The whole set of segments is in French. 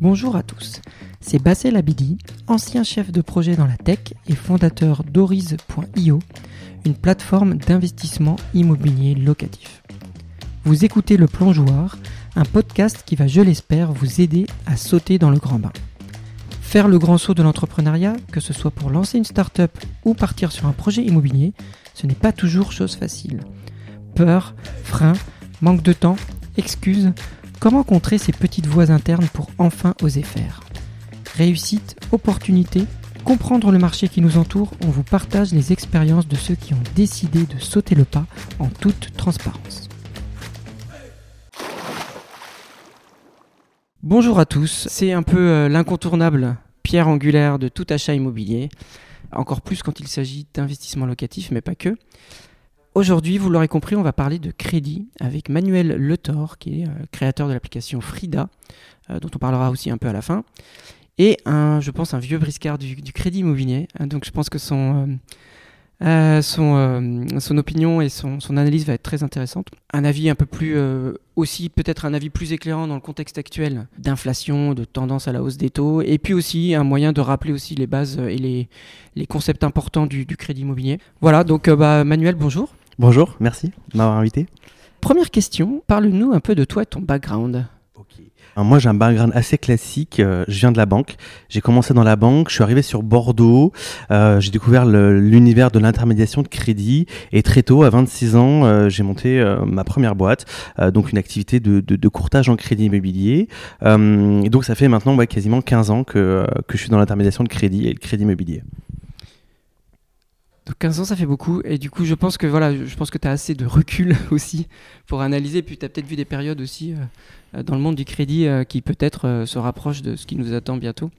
Bonjour à tous, c'est Bassel Abidi, ancien chef de projet dans la tech et fondateur d'Oriz.io, une plateforme d'investissement immobilier locatif. Vous écoutez Le Plongeoir, un podcast qui va, je l'espère, vous aider à sauter dans le grand bain. Faire le grand saut de l'entrepreneuriat, que ce soit pour lancer une start-up ou partir sur un projet immobilier, ce n'est pas toujours chose facile. Peur, frein, manque de temps, excuses, comment contrer ces petites voix internes pour enfin oser faire ? Réussite, opportunité, comprendre le marché qui nous entoure, on vous partage les expériences de ceux qui ont décidé de sauter le pas en toute transparence. Bonjour à tous, c'est un peu l'incontournable pierre angulaire de tout achat immobilier, encore plus quand il s'agit d'investissement locatif, mais pas que. Aujourd'hui, vous l'aurez compris, on va parler de crédit avec Manuel Letor, qui est créateur de l'application Frida, dont on parlera aussi un peu à la fin, et je pense un vieux briscard du crédit immobilier. Donc je pense que son opinion et son analyse va être très intéressante. Un avis un peu plus, aussi peut-être un avis plus éclairant dans le contexte actuel d'inflation, de tendance à la hausse des taux, et puis aussi un moyen de rappeler aussi les bases et les concepts importants du crédit immobilier. Voilà, donc Manuel, bonjour. Bonjour, merci de m'avoir invité. Première question, parle-nous un peu de toi et ton background. Moi, j'ai un background assez classique. Je viens de la banque. J'ai commencé dans la banque. Je suis arrivé sur Bordeaux. J'ai découvert l'univers de l'intermédiation de crédit. Et très tôt, à 26 ans, j'ai monté ma première boîte. Donc, une activité de courtage en crédit immobilier. Et donc, ça fait maintenant quasiment 15 ans que je suis dans l'intermédiation de crédit et le crédit immobilier. Donc 15 ans, ça fait beaucoup. Et du coup, je pense que tu as assez de recul aussi pour analyser. Puis tu as peut-être vu des périodes aussi dans le monde du crédit qui peut-être se rapprochent de ce qui nous attend bientôt.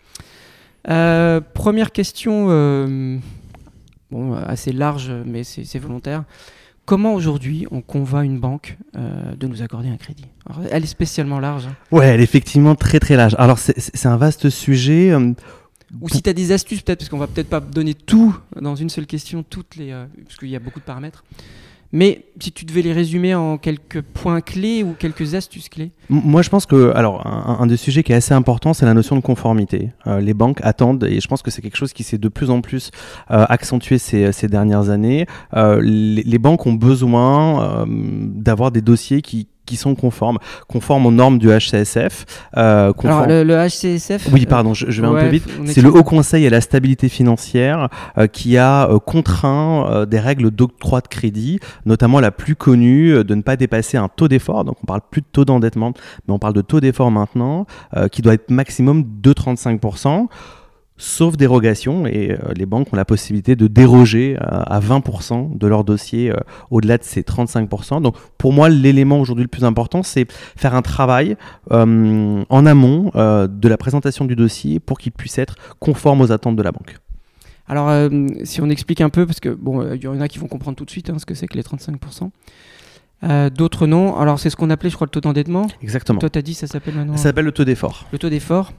Première question, assez large, mais c'est volontaire. Comment aujourd'hui on convainc une banque de nous accorder un crédit ? Alors, elle est spécialement large. Ouais, elle est effectivement très très large. Alors c'est un vaste sujet. Ou si tu as des astuces, peut-être, parce qu'on va peut-être pas donner tout dans une seule question, parce qu'il y a beaucoup de paramètres. Mais si tu devais les résumer en quelques points clés ou quelques astuces clés. Moi, je pense que, un des sujets qui est assez important, c'est la notion de conformité. Les banques attendent, et je pense que c'est quelque chose qui s'est de plus en plus accentué ces dernières années. Les banques ont besoin d'avoir des dossiers qui sont conformes aux normes du HCSF. Alors le HCSF. Oui, pardon, je vais un peu vite. C'est le Haut Conseil à la stabilité financière qui a contraint des règles d'octroi de crédit, notamment la plus connue, de ne pas dépasser un taux d'effort. Donc on parle plus de taux d'endettement, mais on parle de taux d'effort maintenant, qui doit être maximum de 35%. Sauf dérogation, et les banques ont la possibilité de déroger à 20% de leur dossier au-delà de ces 35%. Donc pour moi, l'élément aujourd'hui le plus important, c'est faire un travail en amont de la présentation du dossier pour qu'il puisse être conforme aux attentes de la banque. Alors si on explique un peu, parce que il y en a qui vont comprendre tout de suite ce que c'est que les 35%. D'autres non. Alors c'est ce qu'on appelait, je crois, le taux d'endettement. Exactement. Toi, tu as dit, ça s'appelle maintenant. Ça s'appelle le taux d'effort. Le taux d'effort.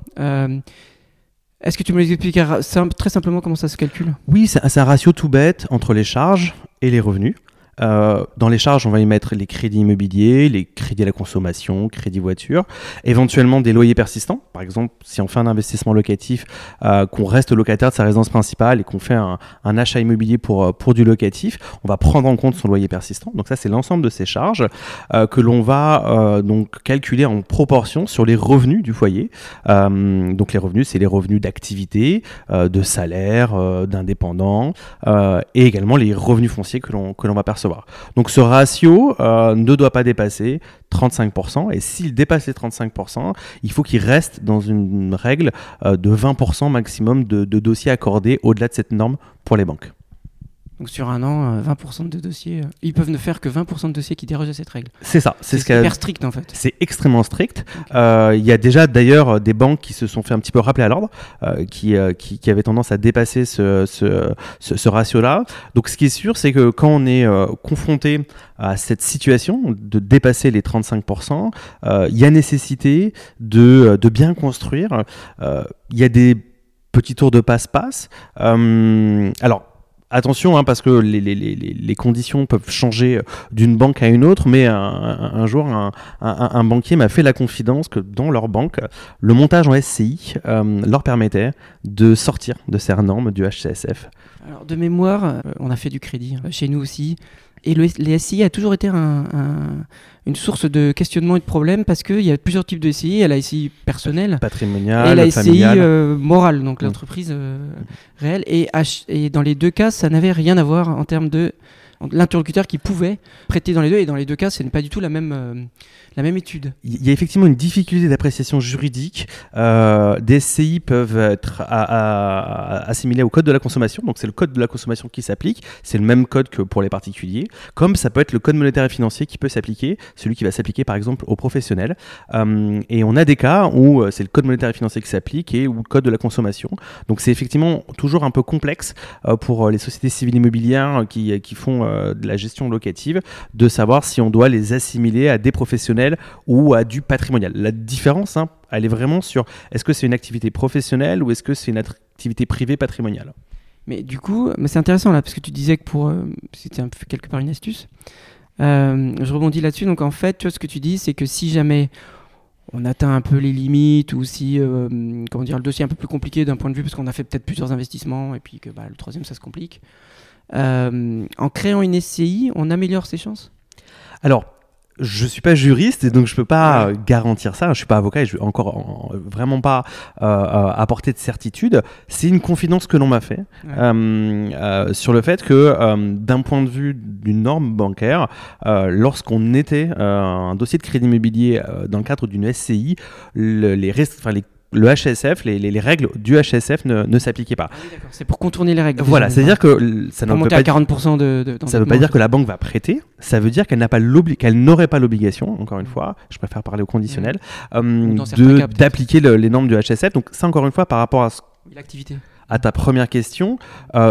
Est-ce que tu me l'expliques très simplement comment ça se calcule ? Oui, c'est un ratio tout bête entre les charges et les revenus. Dans les charges, on va y mettre les crédits immobiliers, les crédits à la consommation, crédits voiture, éventuellement des loyers persistants. Par exemple, si on fait un investissement locatif, qu'on reste locataire de sa résidence principale et qu'on fait un achat immobilier pour du locatif, on va prendre en compte son loyer persistant. Donc ça, c'est l'ensemble de ces charges que l'on va donc calculer en proportion sur les revenus du foyer. Donc les revenus, c'est les revenus d'activité, de salaire, d'indépendants, et également les revenus fonciers que l'on va percevoir. Donc ce ratio ne doit pas dépasser 35%, et s'il dépasse les 35%, il faut qu'il reste dans une règle de 20% maximum de dossiers accordés au-delà de cette norme pour les banques. Donc sur un an, 20% de dossiers, ils peuvent ne faire que 20% de dossiers qui dérogent à cette règle. C'est ça. C'est hyper strict en fait. C'est extrêmement strict. Okay. Il y a déjà d'ailleurs des banques qui se sont fait un petit peu rappeler à l'ordre, qui avaient tendance à dépasser ce ratio-là. Donc ce qui est sûr, c'est que quand on est confronté à cette situation de dépasser les 35%, il y a nécessité de bien construire. Il y a des petits tours de passe-passe. Alors, attention, hein, parce que les conditions peuvent changer d'une banque à une autre, mais un jour, un banquier m'a fait la confidence que dans leur banque, le montage en SCI leur permettait de sortir de ces normes du HCSF. Alors, de mémoire, on a fait du crédit chez nous aussi. Et les SCI a toujours été une source de questionnement et de problèmes parce qu'il y a plusieurs types de SCI. Il y a la SCI personnelle, patrimoniale, et la familiale. SCI morale, donc l'entreprise réelle. Et dans les deux cas, ça n'avait rien à voir en termes de l'interlocuteur qui pouvait prêter dans les deux. Et dans les deux cas, ce n'est pas du tout la même étude. Il y a effectivement une difficulté d'appréciation juridique. Des SCI peuvent être assimilés au code de la consommation, donc c'est le code de la consommation qui s'applique, c'est le même code que pour les particuliers, comme ça peut être le code monétaire et financier qui peut s'appliquer, celui qui va s'appliquer par exemple aux professionnels. Et on a des cas où c'est le code monétaire et financier qui s'applique ou le code de la consommation. Donc c'est effectivement toujours un peu complexe pour les sociétés civiles immobilières qui font de la gestion locative, de savoir si on doit les assimiler à des professionnels ou à du patrimonial. La différence, elle est vraiment sur est-ce que c'est une activité professionnelle ou est-ce que c'est une activité privée patrimoniale. Mais du coup, c'est intéressant là, parce que tu disais que c'était quelque part une astuce. Je rebondis là-dessus. Donc en fait, tu vois, ce que tu dis, c'est que si jamais on atteint un peu les limites ou si le dossier est un peu plus compliqué d'un point de vue parce qu'on a fait peut-être plusieurs investissements et puis que le troisième, ça se complique. En créant une SCI, on améliore ses chances ? Alors, je suis pas juriste et donc je peux pas garantir ça. Je suis pas avocat et je vais encore vraiment pas apporter de certitude. C'est une confidence que l'on m'a fait sur le fait que d'un point de vue d'une norme bancaire, lorsqu'on était un dossier de crédit immobilier dans le cadre d'une SCI, le HCSF, les règles du HCSF ne s'appliquaient pas. Ah oui, d'accord. C'est pour contourner les règles. Voilà, c'est-à-dire que ça ne veut pas 40% ça veut pas dire que la banque va prêter, ça veut dire qu'elle n'aurait pas l'obligation, encore une fois, je préfère parler au conditionnel, d'appliquer les normes du HCSF. Donc ça, encore une fois, par rapport à l'activité. À ta première question,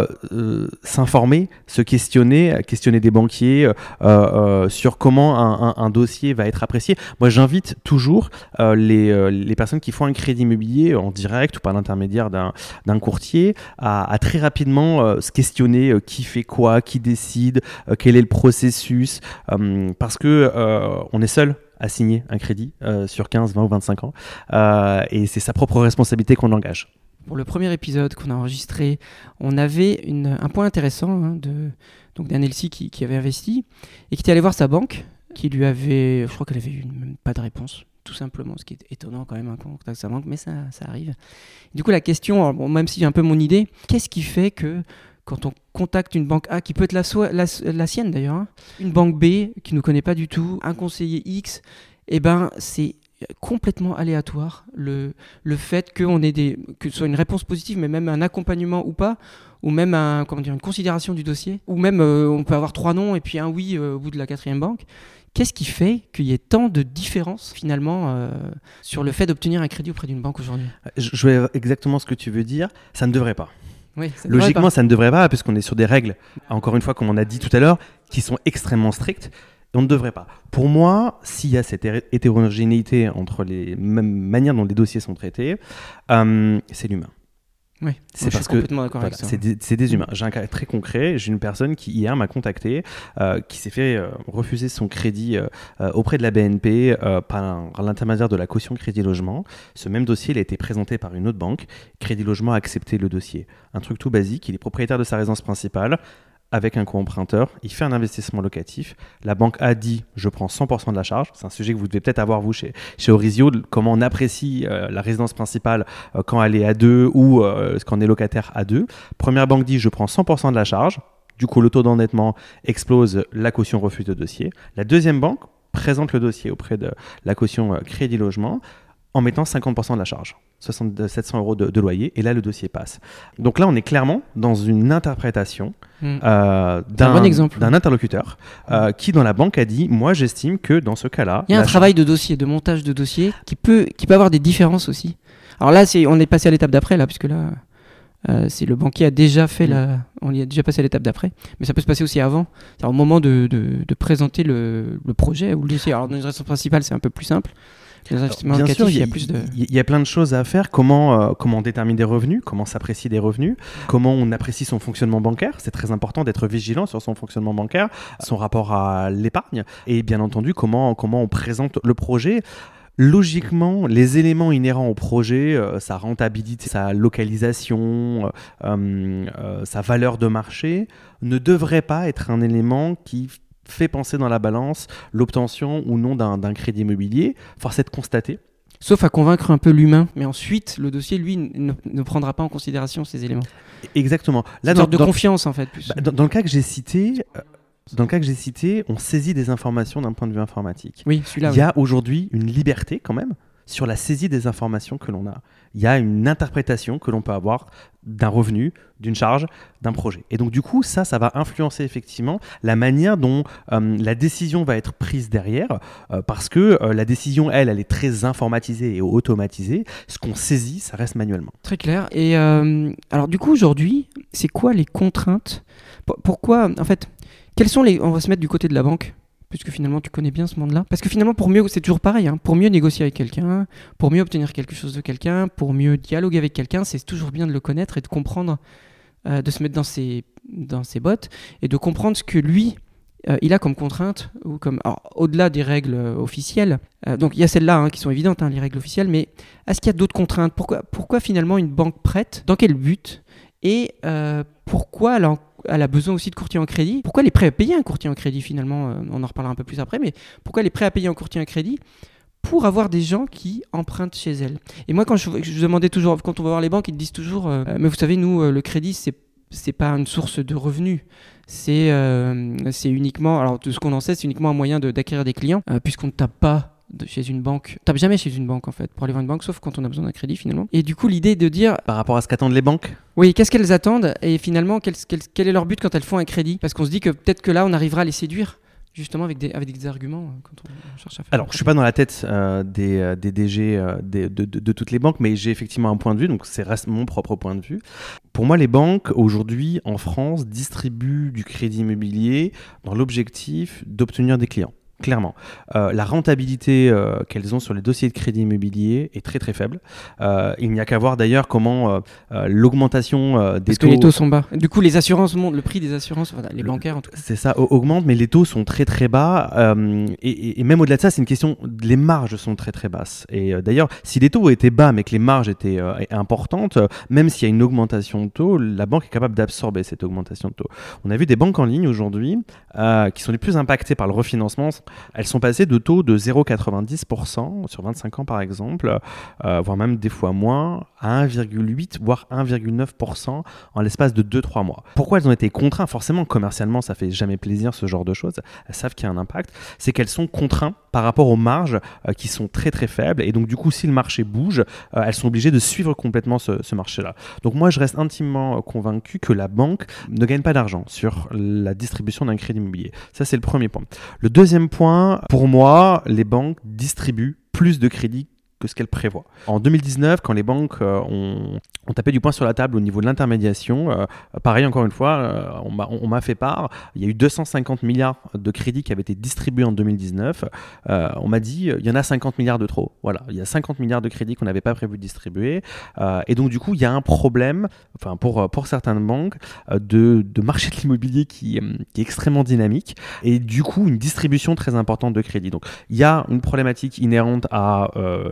s'informer, se questionner des banquiers sur comment un dossier va être apprécié. Moi, j'invite toujours les personnes qui font un crédit immobilier en direct ou par l'intermédiaire d'un courtier à très rapidement se questionner qui fait quoi, qui décide, quel est le processus, parce que on est seul à signer un crédit sur 15, 20 ou 25 ans et c'est sa propre responsabilité qu'on engage. Pour le premier épisode qu'on a enregistré, on avait un point intéressant d'un LC qui avait investi et qui était allé voir sa banque, qui lui avait, je crois qu'elle avait eu même pas de réponse, tout simplement, ce qui est étonnant quand même quand on contacte sa banque, mais ça arrive. Du coup, la question, même si j'ai un peu mon idée, qu'est-ce qui fait que quand on contacte une banque A, qui peut être la sienne d'ailleurs, une banque B qui ne nous connaît pas du tout, un conseiller X, c'est complètement aléatoire le fait qu'on ait que ce soit une réponse positive mais même un accompagnement ou pas, ou même une considération du dossier, ou même on peut avoir 3 noms et puis un oui au bout de la 4e banque. Qu'est-ce qui fait qu'il y ait tant de différences finalement sur le fait d'obtenir un crédit auprès d'une banque aujourd'hui ? Je vois exactement ce que tu veux dire, ça ne devrait pas. Oui, logiquement ça ne devrait pas puisqu'on est sur des règles, encore une fois comme on a dit tout à l'heure, qui sont extrêmement strictes. On ne devrait pas. Pour moi, s'il y a cette hétérogénéité entre les mêmes manières dont les dossiers sont traités, c'est l'humain. Oui, je suis complètement d'accord avec ça. C'est des humains. J'ai un cas très concret. J'ai une personne qui hier m'a contacté, qui s'est fait refuser son crédit auprès de la BNP par l'intermédiaire de la caution Crédit Logement. Ce même dossier, il a été présenté par une autre banque. Crédit Logement a accepté le dossier. Un truc tout basique. Il est propriétaire de sa résidence principale. Avec un co-emprunteur, il fait un investissement locatif. La banque a dit « je prends 100% de la charge ». C'est un sujet que vous devez peut-être avoir, vous, chez Orizio, comment on apprécie la résidence principale quand elle est à 2 ou quand on est locataire à 2. Première banque dit « je prends 100% de la charge ». Du coup, le taux d'endettement explose, la caution refuse le dossier. La deuxième banque présente le dossier auprès de la caution Crédit Logement en mettant 50% de la charge, 700 € de loyer, et là le dossier passe. Donc là on est clairement dans une interprétation d'un interlocuteur qui dans la banque a dit, moi j'estime que dans ce cas-là... Il y a un travail de dossier, de montage de dossier qui peut avoir des différences aussi. Alors là on est passé à l'étape d'après, là, puisque là c'est le banquier a déjà fait on y a déjà passé à l'étape d'après, mais ça peut se passer aussi avant, c'est-à-dire au moment de présenter le projet ou le dossier. Alors dans une résidence principale c'est un peu plus simple, Les investissements Bien locatifs, sûr, il y a plus de... il y a plein de choses à faire. Comment on détermine des revenus, comment s'apprécie des revenus, comment on apprécie son fonctionnement bancaire. C'est très important d'être vigilant sur son fonctionnement bancaire, son rapport à l'épargne et bien entendu comment on présente le projet. Logiquement, les éléments inhérents au projet, sa rentabilité, sa localisation, sa valeur de marché, ne devraient pas être un élément qui fait penser dans la balance l'obtention ou non d'un crédit immobilier. Force est de constater. Sauf à convaincre un peu l'humain. Mais ensuite, le dossier, lui, ne prendra pas en considération ces éléments. Exactement. Là, une sorte de confiance, en fait. Plus. Dans le cas que j'ai cité... on saisit des informations d'un point de vue informatique. Oui, celui-là. Il y a aujourd'hui une liberté quand même sur la saisie des informations que l'on a. Il y a une interprétation que l'on peut avoir d'un revenu, d'une charge, d'un projet. Et donc du coup, ça va influencer effectivement la manière dont la décision va être prise derrière, parce que la décision, elle est très informatisée et automatisée. Ce qu'on saisit, ça reste manuellement. Très clair. Et alors du coup, aujourd'hui, c'est quoi les contraintes ? Pourquoi, en fait... Quels sont les... On va se mettre du côté de la banque, puisque finalement tu connais bien ce monde-là. Parce que finalement, pour mieux, c'est toujours pareil, pour mieux négocier avec quelqu'un, pour mieux obtenir quelque chose de quelqu'un, pour mieux dialoguer avec quelqu'un, c'est toujours bien de le connaître et de comprendre, de se mettre dans ses bottes et de comprendre ce que lui, il a comme contrainte, ou comme, alors, au-delà des règles officielles. Donc il y a celles-là qui sont évidentes, les règles officielles, mais est-ce qu'il y a d'autres contraintes ? Pourquoi finalement une banque prête ? Dans quel but ? Et pourquoi elle a besoin aussi de courtier en crédit ? Pourquoi elle est prête à payer un courtier en crédit finalement ? On en reparlera un peu plus après, mais pourquoi elle est prête à payer un courtier en crédit pour avoir des gens qui empruntent chez elle ? Et moi, quand je demandais toujours, quand on va voir les banques, ils te disent toujours mais vous savez, nous, le crédit, c'est pas une source de revenus. C'est uniquement, alors de ce qu'on en sait, c'est uniquement un moyen d'acquérir des clients, puisqu'on ne tape pas chez une banque. On tape jamais chez une banque en fait pour aller voir une banque, sauf quand on a besoin d'un crédit finalement. Et du coup, l'idée de dire par rapport à ce qu'attendent les banques. Oui, qu'est-ce qu'elles attendent et finalement quel est leur but quand elles font un crédit ? Parce qu'on se dit que peut-être que là on arrivera à les séduire justement avec des arguments quand on cherche à faire. Alors, je suis pas dans la tête des DG de toutes les banques, mais j'ai effectivement un point de vue, donc c'est reste mon propre point de vue. Pour moi, les banques aujourd'hui en France distribuent du crédit immobilier dans l'objectif d'obtenir des clients. Clairement. La rentabilité qu'elles ont sur les dossiers de crédit immobilier est très très faible. Il n'y a qu'à voir d'ailleurs comment l'augmentation des taux... Parce que les taux sont bas. Du coup, les assurances montent, le prix des assurances, les bancaires en tout cas. C'est ça, augmente, mais les taux sont très très bas. Et même au-delà de ça, c'est une question... Les marges sont très très basses. Et d'ailleurs, si les taux étaient bas, mais que les marges étaient importantes, même s'il y a une augmentation de taux, la banque est capable d'absorber cette augmentation de taux. On a vu des banques en ligne aujourd'hui qui sont les plus impactées par le refinancement. Elles sont passées de taux de 0,90% sur 25 ans par exemple, voire même des fois moins, à 1,8 voire 1,9% en l'espace de 2-3 mois. Pourquoi elles ont été contraintes ? Forcément, commercialement, ça fait jamais plaisir ce genre de choses. Elles savent qu'il y a un impact. C'est qu'elles sont contraintes par rapport aux marges qui sont très très faibles. Et donc du coup, si le marché bouge, elles sont obligées de suivre complètement ce marché-là. Donc moi, je reste intimement convaincu que la banque ne gagne pas d'argent sur la distribution d'un crédit immobilier. Ça, c'est le premier point. Le deuxième point, pour moi, les banques distribuent plus de crédits que ce qu'elles prévoient. En 2019, quand les banques ont tapé du poing sur la table au niveau de l'intermédiation, pareil, encore une fois, on m'a fait part, il y a eu 250 milliards de crédits qui avaient été distribués en 2019. On m'a dit, il y en a 50 milliards de trop. Voilà, il y a 50 milliards de crédits qu'on n'avait pas prévu de distribuer. Et donc, du coup, il y a un problème, pour certaines banques, de marché de l'immobilier qui est extrêmement dynamique et du coup, une distribution très importante de crédits. Donc, il y a une problématique inhérente à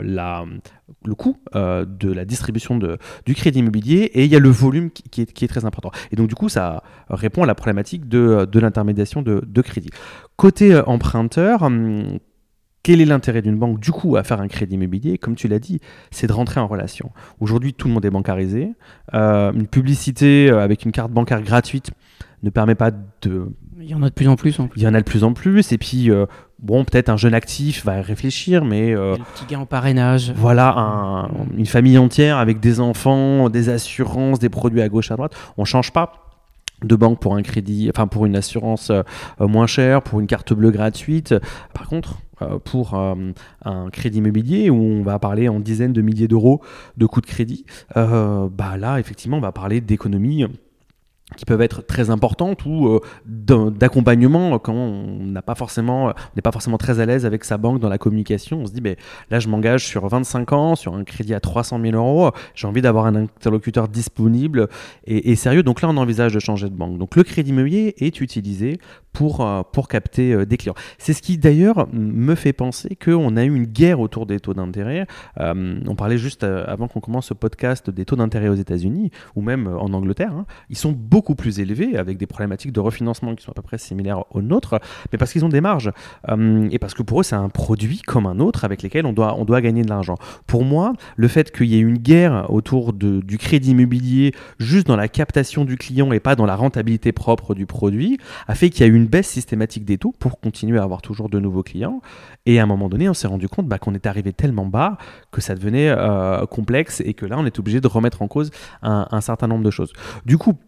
le coût de la distribution du crédit immobilier et il y a le volume qui est très important. Et donc du coup, ça répond à la problématique de l'intermédiation de crédit. Côté emprunteur, quel est l'intérêt d'une banque du coup à faire un crédit immobilier ? Comme tu l'as dit, c'est de rentrer en relation. Aujourd'hui, tout le monde est bancarisé. Une publicité avec une carte bancaire gratuite ne permet pas de... Il y en a de plus en plus. Il y en a de plus en plus. Et puis, peut-être un jeune actif va réfléchir, mais... le petit gars en parrainage. Voilà, une famille entière avec des enfants, des assurances, des produits à gauche, à droite. On ne change pas de banque pour un crédit, pour une assurance moins chère, pour une carte bleue gratuite. Par contre, pour un crédit immobilier où on va parler en dizaines de milliers d'euros de coûts de crédit, là, effectivement, on va parler d'économies qui peuvent être très importantes ou d'accompagnement quand on n'est pas forcément très à l'aise avec sa banque dans la communication. On se dit, là, je m'engage sur 25 ans, sur un crédit à 300 000 euros, j'ai envie d'avoir un interlocuteur disponible et sérieux. Donc là, on envisage de changer de banque. Donc le crédit immobilier est utilisé pour capter des clients. C'est ce qui d'ailleurs me fait penser qu'on a eu une guerre autour des taux d'intérêt. On parlait juste avant qu'on commence ce podcast des taux d'intérêt aux États-Unis ou même en Angleterre. Ils sont beaucoup plus élevés avec des problématiques de refinancement qui sont à peu près similaires aux nôtres, mais parce qu'ils ont des marges et parce que pour eux c'est un produit comme un autre avec lesquels on doit gagner de l'argent. Pour moi, le fait qu'il y ait une guerre autour du crédit immobilier juste dans la captation du client et pas dans la rentabilité propre du produit a fait qu'il y a eu une baisse systématique des taux pour continuer à avoir toujours de nouveaux clients. Et à un moment donné, on s'est rendu compte qu'on est arrivé tellement bas que ça devenait complexe et que là, on est obligé de remettre en cause un certain nombre de choses. Du coup,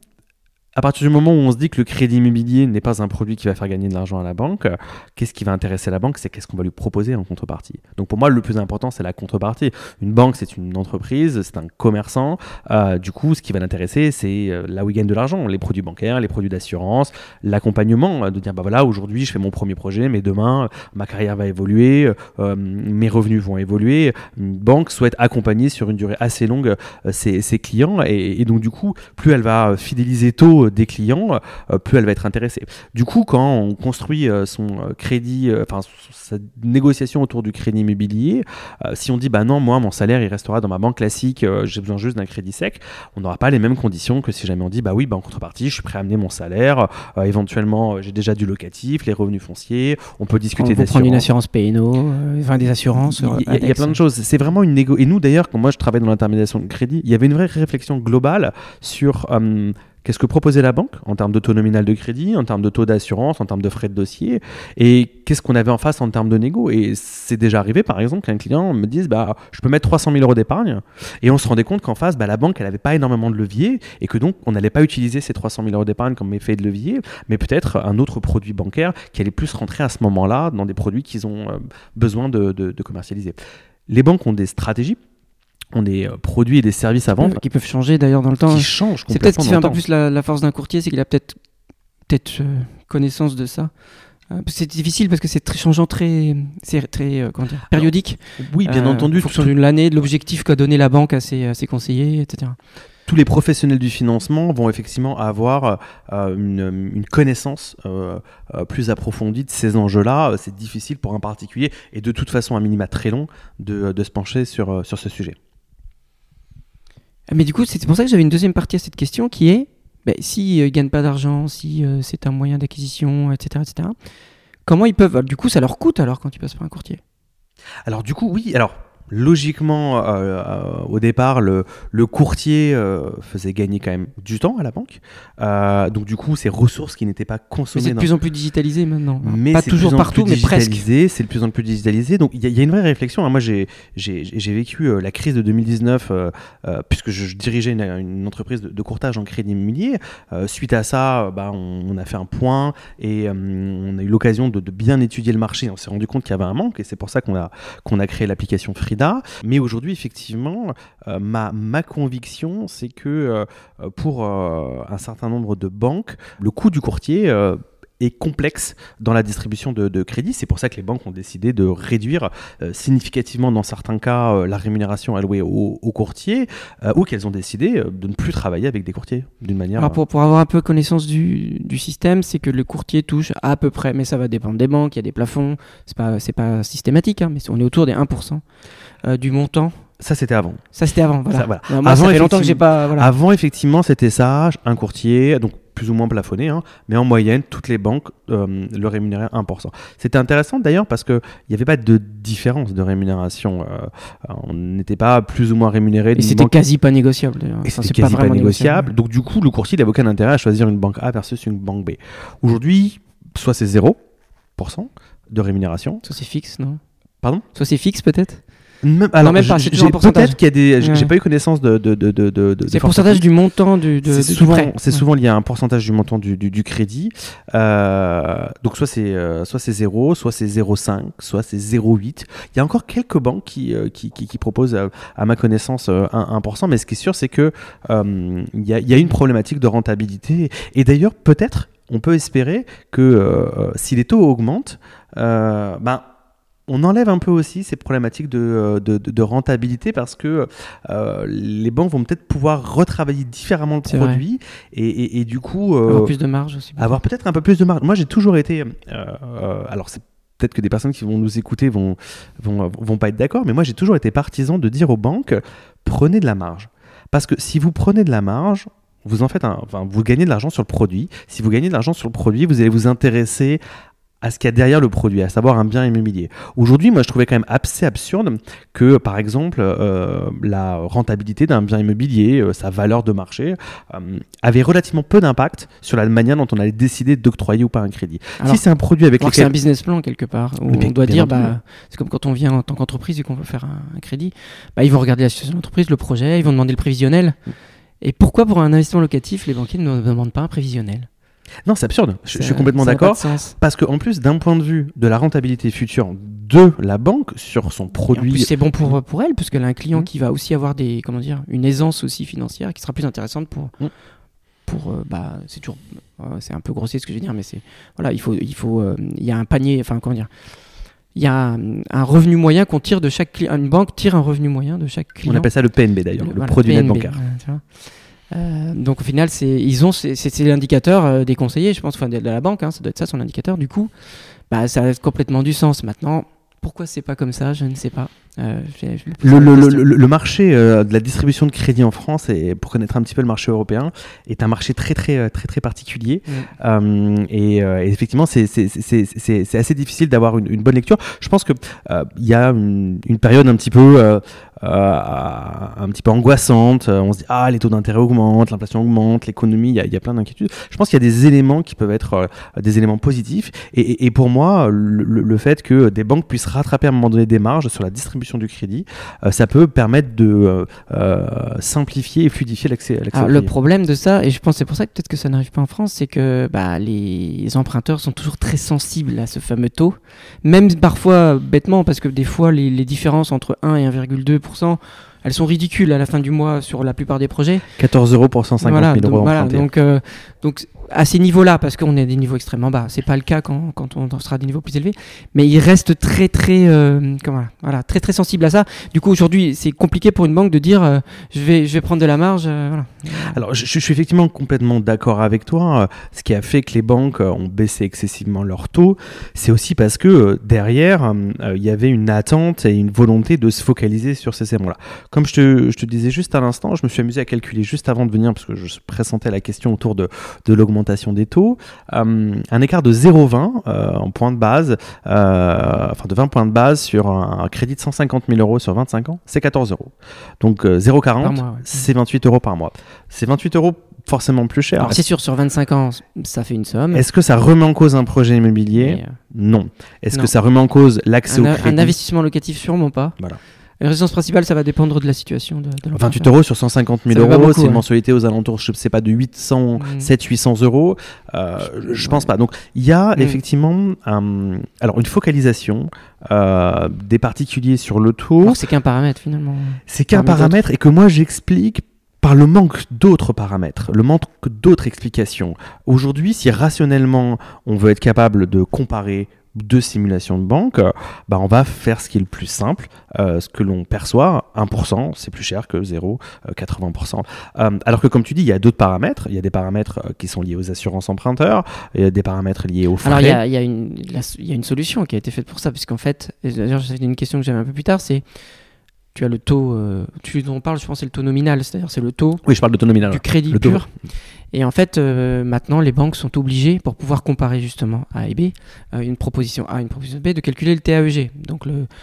à partir du moment où on se dit que le crédit immobilier n'est pas un produit qui va faire gagner de l'argent à la banque, qu'est-ce qui va intéresser la banque ? C'est qu'est-ce qu'on va lui proposer en contrepartie. Donc pour moi, le plus important, c'est la contrepartie. Une banque, c'est une entreprise, c'est un commerçant. Du coup, ce qui va l'intéresser, c'est là où il gagne de l'argent. Les produits bancaires, les produits d'assurance, l'accompagnement, de dire, voilà, aujourd'hui, je fais mon premier projet, mais demain, ma carrière va évoluer, mes revenus vont évoluer. Une banque souhaite accompagner sur une durée assez longue ses clients. Et donc, du coup, plus elle va fidéliser tôt des clients, plus elle va être intéressée. Du coup, quand on construit son crédit, sa négociation autour du crédit immobilier, si on dit non, moi mon salaire il restera dans ma banque classique, j'ai besoin juste d'un crédit sec, on n'aura pas les mêmes conditions que si jamais on dit en contrepartie, je suis prêt à amener mon salaire, éventuellement j'ai déjà du locatif, les revenus fonciers, on peut discuter d'assurance. Prendre une assurance P&O, des assurances. Il y a plein de choses. C'est vraiment une négo. Et nous d'ailleurs, quand moi je travaille dans l'intermédiation de crédit, il y avait une vraie réflexion globale sur qu'est-ce que proposait la banque en termes de taux nominal de crédit, en termes de taux d'assurance, en termes de frais de dossier, et qu'est-ce qu'on avait en face en termes de négo. Et c'est déjà arrivé, par exemple, qu'un client me dise je peux mettre 300 000 euros d'épargne, et on se rendait compte qu'en face, la banque, elle n'avait pas énormément de levier, et que donc, on n'allait pas utiliser ces 300 000 euros d'épargne comme effet de levier, mais peut-être un autre produit bancaire qui allait plus rentrer à ce moment-là dans des produits qu'ils ont besoin de commercialiser. Les banques ont des stratégies, ont des produits et des services à vendre qui peuvent changer d'ailleurs dans le temps. Qui changent complètement. C'est peut-être ce qui fait un peu plus la force d'un courtier, c'est qu'il a peut-être connaissance de ça. C'est difficile parce que c'est très changeant, c'est très périodique. Oui, bien entendu. En fonction de l'année, de l'objectif qu'a donné la banque à ses conseillers, etc. Tous les professionnels du financement vont effectivement avoir une connaissance plus approfondie de ces enjeux-là. C'est difficile pour un particulier et de toute façon un minima très long de se pencher sur ce sujet. Mais du coup, c'est pour ça que j'avais une deuxième partie à cette question qui est s'ils ne gagnent pas d'argent, si c'est un moyen d'acquisition, etc., comment ils peuvent... Du coup, ça leur coûte alors quand ils passent par un courtier ? Alors du coup, oui. Alors, logiquement, au départ, le courtier faisait gagner quand même du temps à la banque. Donc du coup, ces ressources qui n'étaient pas consommées... Mais c'est de plus en plus digitalisé maintenant. Mais pas toujours partout, mais presque. C'est de plus en plus digitalisé. Donc il y a une vraie réflexion. Moi, j'ai vécu la crise de 2019 puisque je dirigeais une entreprise de courtage en crédit immobilier. Suite à ça, on a fait un point et on a eu l'occasion de bien étudier le marché. On s'est rendu compte qu'il y avait un manque et c'est pour ça qu'on a créé l'application Frida. Mais aujourd'hui, effectivement, ma conviction, c'est que pour un certain nombre de banques, le coût du courtier est complexe dans la distribution de crédit. C'est pour ça que les banques ont décidé de réduire significativement, dans certains cas, la rémunération allouée aux courtiers ou qu'elles ont décidé de ne plus travailler avec des courtiers d'une manière... Alors pour avoir un peu connaissance du système, c'est que le courtier touche à peu près, mais ça va dépendre des banques, il y a des plafonds, c'est pas systématique, mais on est autour des 1% du montant. Ça, c'était avant. Voilà. Voilà. Non, moi, ça fait longtemps que j'ai pas... Voilà. Avant, effectivement, c'était ça, un courtier, donc plus ou moins plafonné, mais en moyenne, toutes les banques le rémunéraient 1%. C'était intéressant d'ailleurs parce qu'il n'y avait pas de différence de rémunération. On n'était pas plus ou moins rémunéré. Et c'était quasi pas négociable d'ailleurs. Et c'était quasi pas négociable. Donc du coup, le courtier n'avait aucun intérêt à choisir une banque A versus une banque B. Aujourd'hui, soit c'est 0% de rémunération. Soit c'est fixe, non ? Pardon ? Soit c'est fixe peut-être ? Alors, même pas, c'est toujours un pourcentage. Peut-être qu'il y a des. Ouais. J'ai pas eu connaissance de. C'est le pourcentage du montant du prêt. C'est souvent lié à un pourcentage du montant du crédit. Donc soit c'est 0, soit c'est 0,5, soit c'est 0,8. Il y a encore quelques banques qui proposent, à ma connaissance, 1%. Mais ce qui est sûr, c'est que il y a une problématique de rentabilité. Et d'ailleurs, peut-être, on peut espérer que si les taux augmentent, on enlève un peu aussi ces problématiques de rentabilité parce que les banques vont peut-être pouvoir retravailler différemment le produit et du coup avoir plus de marge aussi. Avoir peut-être un peu plus de marge. Moi, j'ai toujours été... alors, c'est peut-être que des personnes qui vont nous écouter vont pas être d'accord, mais moi, j'ai toujours été partisan de dire aux banques, prenez de la marge. Parce que si vous prenez de la marge, vous gagnez de l'argent sur le produit. Si vous gagnez de l'argent sur le produit, vous allez vous intéresser à ce qu'il y a derrière le produit, à savoir un bien immobilier. Aujourd'hui, moi, je trouvais quand même assez absurde que, par exemple, la rentabilité d'un bien immobilier, sa valeur de marché, avait relativement peu d'impact sur la manière dont on allait décider d'octroyer ou pas un crédit. Alors, si c'est un produit avec lequel... c'est un business plan quelque part, où on doit dire, c'est comme quand on vient en tant qu'entreprise et qu'on veut faire un crédit, ils vont regarder la situation de l'entreprise, le projet, ils vont demander le prévisionnel. Et pourquoi pour un investissement locatif, les banquiers ne demandent pas un prévisionnel ? Non, c'est absurde. Je suis complètement d'accord. Parce qu'en plus, d'un point de vue de la rentabilité future de la banque sur son produit... En plus, c'est bon pour elle, parce qu'elle a un client qui va aussi avoir une aisance aussi financière qui sera plus intéressante pour c'est toujours... c'est un peu grossier ce que je vais dire, mais c'est... Voilà, il y a un panier... Enfin, comment dire ? Il y a un revenu moyen qu'on tire de chaque client. Une banque tire un revenu moyen de chaque client. On appelle ça le PNB d'ailleurs, le produit net bancaire. Donc au final, c'est l'indicateur des conseillers, je pense, de la banque, ça doit être ça son indicateur. Du coup, ça a complètement du sens. Maintenant, pourquoi c'est pas comme ça, je ne sais pas. Le marché de la distribution de crédit en France, et pour connaître un petit peu le marché européen, est un marché très très très très particulier. Et effectivement, c'est assez difficile d'avoir une bonne lecture. Je pense que il y a une période un petit peu angoissante. On se dit les taux d'intérêt augmentent, l'inflation augmente, l'économie, il y a plein d'inquiétudes. Je pense qu'il y a des éléments qui peuvent être des éléments positifs. Et pour moi, le fait que des banques puissent rattraper à un moment donné des marges sur la distribution du crédit, ça peut permettre de simplifier et fluidifier l'accès au crédit. Le problème de ça, et je pense que c'est pour ça que peut-être que ça n'arrive pas en France, c'est que les emprunteurs sont toujours très sensibles à ce fameux taux, même parfois bêtement, parce que des fois les différences entre 1 et 1,2%, elles sont ridicules à la fin du mois sur la plupart des projets. 14 € pour 150 000 euros empruntés. Donc à ces niveaux-là, parce qu'on est à des niveaux extrêmement bas, c'est pas le cas quand on sera à des niveaux plus élevés, mais ils restent très très très très sensibles à ça. Du coup aujourd'hui c'est compliqué pour une banque de dire je vais prendre de la marge. Alors je suis effectivement complètement d'accord avec toi. Ce qui a fait que les banques ont baissé excessivement leurs taux, c'est aussi parce que derrière il y avait une attente et une volonté de se focaliser sur ces éléments-là. Comme je te disais juste à l'instant, je me suis amusé à calculer juste avant de venir, parce que je pressentais la question autour de l'augmentation des taux, un écart de 0,20 en point de base, de 20 points de base sur un crédit de 150 000 euros sur 25 ans, c'est 14 €. Donc 0,40, c'est 28 € par mois. C'est 28 € forcément plus cher. Alors c'est sûr, sur 25 ans, ça fait une somme. Est-ce que ça remet en cause un projet immobilier ? Non. Est-ce que ça remet en cause l'accès au crédit ? Un investissement locatif, sûrement pas. Voilà. La résidence principale, ça va dépendre de la situation de 28 € sur 150 000 euros, c'est une mensualité aux alentours, je ne sais pas, de 700-800 €. Je pense pas. Donc, il y a effectivement une focalisation des particuliers sur le taux. Alors, c'est qu'un paramètre, finalement. C'est qu'un paramètre, et que moi, j'explique par le manque d'autres paramètres, le manque d'autres explications. Aujourd'hui, si rationnellement, on veut être capable de comparer deux simulations de banque, on va faire ce qui est le plus simple, ce que l'on perçoit, 1%, c'est plus cher que 0,80%. Alors que comme tu dis, il y a d'autres paramètres, il y a des paramètres qui sont liés aux assurances emprunteurs, il y a des paramètres liés aux frais. Alors il y a une solution qui a été faite pour ça, puisqu'en fait, d'ailleurs c'est une question que j'avais un peu plus tard, c'est tu as le taux, tu dont on parle, je pense, c'est le taux nominal, c'est-à-dire c'est le taux. Oui, je parle de taux nominal. Du crédit pur. Et en fait, maintenant, les banques sont obligées, pour pouvoir comparer justement A et B, une proposition A et une proposition B, de calculer le TAEG. Donc,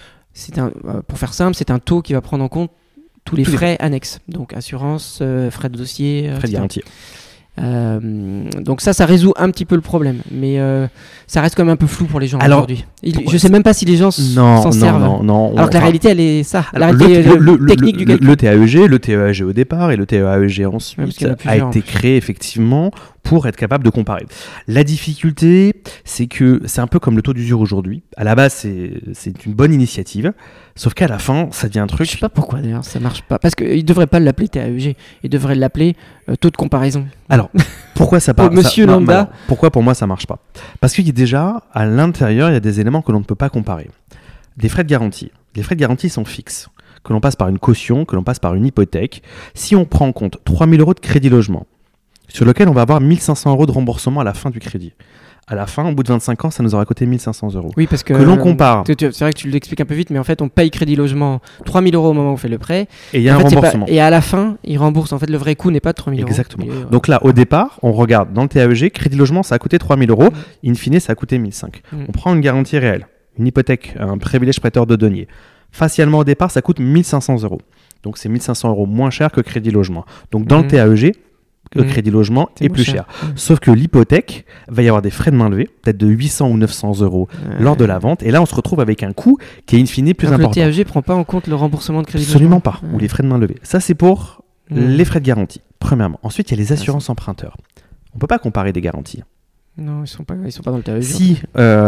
pour faire simple, c'est un taux qui va prendre en compte tous les frais annexes. Donc, assurance, frais de dossier, frais de garantie. Donc ça résout un petit peu le problème, mais ça reste quand même un peu flou pour les gens aujourd'hui. Je sais même pas si les gens s'en servent. Non. Alors que la réalité, elle est ça. La réalité technique du calcul. Le TAEG au départ et le TAEG ensuite a été créé effectivement pour être capable de comparer. La difficulté, c'est que c'est un peu comme le taux d'usure aujourd'hui. À la base, c'est une bonne initiative, sauf qu'à la fin, ça devient un truc... Je sais pas pourquoi d'ailleurs ça marche pas. Parce qu'ils devraient pas l'appeler TAEG, ils devraient l'appeler taux de comparaison. Alors, pourquoi ça part Monsieur Lambda. Pourquoi pour moi ça marche pas? Parce qu'il y a déjà, à l'intérieur, il y a des éléments que l'on ne peut pas comparer. Des frais de garantie. Les frais de garantie sont fixes. Que l'on passe par une caution, que l'on passe par une hypothèque. Si on prend en compte 3 000 € de crédit logement, sur lequel on va avoir 1 500 € de remboursement à la fin du crédit. À la fin, au bout de 25 ans, ça nous aura coûté 1 500 €. Oui, parce que l'on compare. C'est vrai que tu l'expliques un peu vite, mais en fait, on paye crédit logement 3 000 € au moment où on fait le prêt. Et il y a un remboursement. Et à la fin, il rembourse. En fait, le vrai coût n'est pas de 3 000 €. Exactement. Donc là, au départ, on regarde dans le TAEG, crédit logement, ça a coûté 3 000 €. In fine, ça a coûté 1 500 €. On prend une garantie réelle, une hypothèque, un privilège prêteur de denier. Facialement, au départ, ça coûte 1 500 €. Donc c'est 1 500 € moins cher que crédit logement. Donc dans le TAEG, le crédit logement est plus cher. Sauf que l'hypothèque, va y avoir des frais de main levée, peut-être de 800 ou 900 € lors de la vente. Et là, on se retrouve avec un coût qui est in fine plus important. Le TAEG ne prend pas en compte le remboursement de crédit Absolument pas. Ou les frais de main levée. Ça, c'est pour les frais de garantie, premièrement. Ensuite, il y a les assurances emprunteurs. On ne peut pas comparer des garanties. Non, ils sont pas dans le TAEG. Si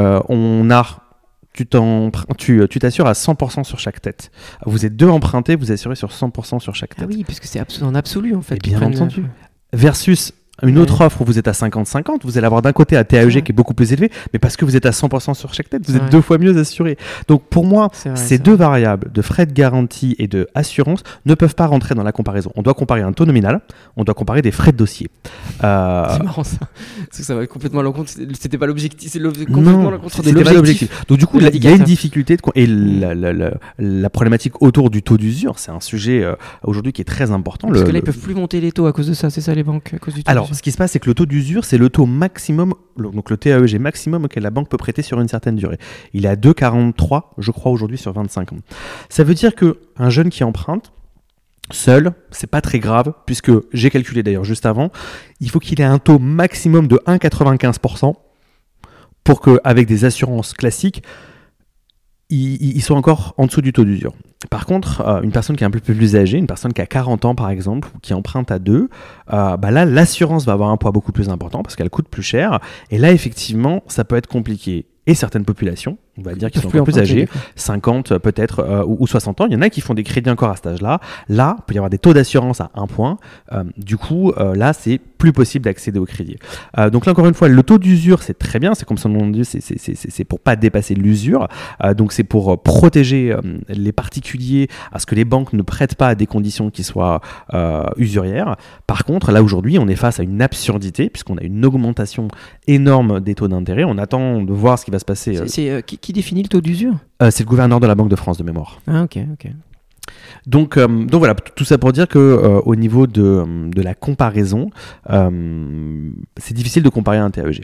tu t'assures à 100% sur chaque tête. Vous êtes deux empruntés, vous assurez sur 100% sur chaque tête. Ah oui, parce que c'est en absolu en fait. Et bien entendu. Versus une autre offre où vous êtes à 50-50, vous allez avoir d'un côté un TAEG qui est beaucoup plus élevé, mais parce que vous êtes à 100% sur chaque tête, vous êtes 2 fois mieux assuré. Donc pour moi, ces deux variables de frais de garantie et de assurance ne peuvent pas rentrer dans la comparaison. On doit comparer un taux nominal, on doit comparer des frais de dossier. C'est marrant ça, parce que ça va complètement à l'encontre. C'était pas l'objectif, c'est complètement à l'encontre de l'objectif. Donc du coup, il y a une difficulté et la problématique autour du taux d'usure, c'est un sujet aujourd'hui qui est très important. Parce que là, ils peuvent plus monter les taux à cause de ça, c'est ça les banques à cause du taux. Alors, ce qui se passe, c'est que le taux d'usure, c'est le taux maximum, donc le TAEG maximum auquel la banque peut prêter sur une certaine durée. Il est à 2,43, je crois, aujourd'hui sur 25 ans. Ça veut dire qu'un jeune qui emprunte, seul, c'est pas très grave, puisque j'ai calculé d'ailleurs juste avant, il faut qu'il ait un taux maximum de 1,95% pour qu'avec des assurances classiques, ils sont encore en dessous du taux d'usure. Par contre, une personne qui est un peu plus âgée, une personne qui a 40 ans par exemple, ou qui emprunte à 2, là, l'assurance va avoir un poids beaucoup plus important parce qu'elle coûte plus cher. Et là, effectivement, ça peut être compliqué. Et certaines populations, on va dire, qui sont encore plus âgées, 50 peut-être ou 60 ans, il y en a qui font des crédits encore à cet âge-là. Là, il peut y avoir des taux d'assurance à 1 point. Du coup, là, c'est plus possible d'accéder au crédit. Donc là, encore une fois, le taux d'usure, c'est très bien. C'est comme son nom le dit, c'est pour pas dépasser l'usure. Donc c'est pour protéger les particuliers à ce que les banques ne prêtent pas à des conditions qui soient usurières. Par contre, là, aujourd'hui, on est face à une absurdité puisqu'on a une augmentation énorme des taux d'intérêt. On attend de voir ce qui va se passer. Qui définit le taux d'usure ? C'est le gouverneur de la Banque de France de mémoire. Ah ok. Donc voilà, tout ça pour dire que au niveau de la comparaison, c'est difficile de comparer un TAEG.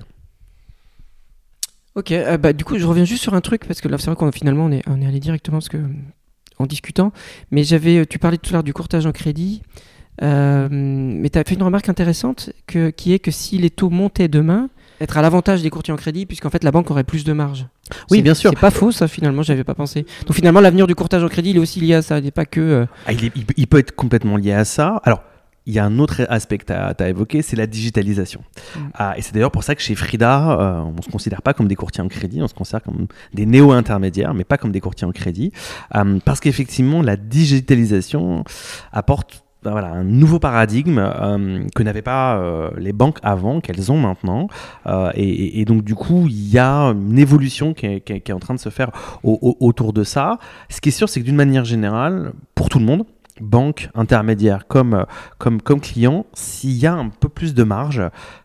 Ok, du coup je reviens juste sur un truc parce que là c'est vrai qu'on finalement on est allé directement en discutant, mais tu parlais tout à l'heure du courtage en crédit, mais tu as fait une remarque intéressante qui est que si les taux montaient demain, être à l'avantage des courtiers en crédit, puisqu'en fait la banque aurait plus de marge. Oui, bien sûr. C'est pas faux, ça, finalement, j'avais pas pensé. Donc finalement, l'avenir du courtage en crédit, il est aussi lié à ça, il n'est pas que... Il peut être complètement lié à ça. Alors, il y a un autre aspect que tu as évoqué, c'est la digitalisation. Et c'est d'ailleurs pour ça que chez Frida, on ne se considère pas comme des courtiers en crédit, on se considère comme des néo-intermédiaires, mais pas comme des courtiers en crédit. Parce qu'effectivement, la digitalisation apporte un nouveau paradigme que n'avaient pas les banques avant, qu'elles ont maintenant. Et donc, du coup, il y a une évolution qui est en train de se faire autour de ça. Ce qui est sûr, c'est que d'une manière générale, pour tout le monde, banque, intermédiaire comme client, s'il y a un peu plus de marge,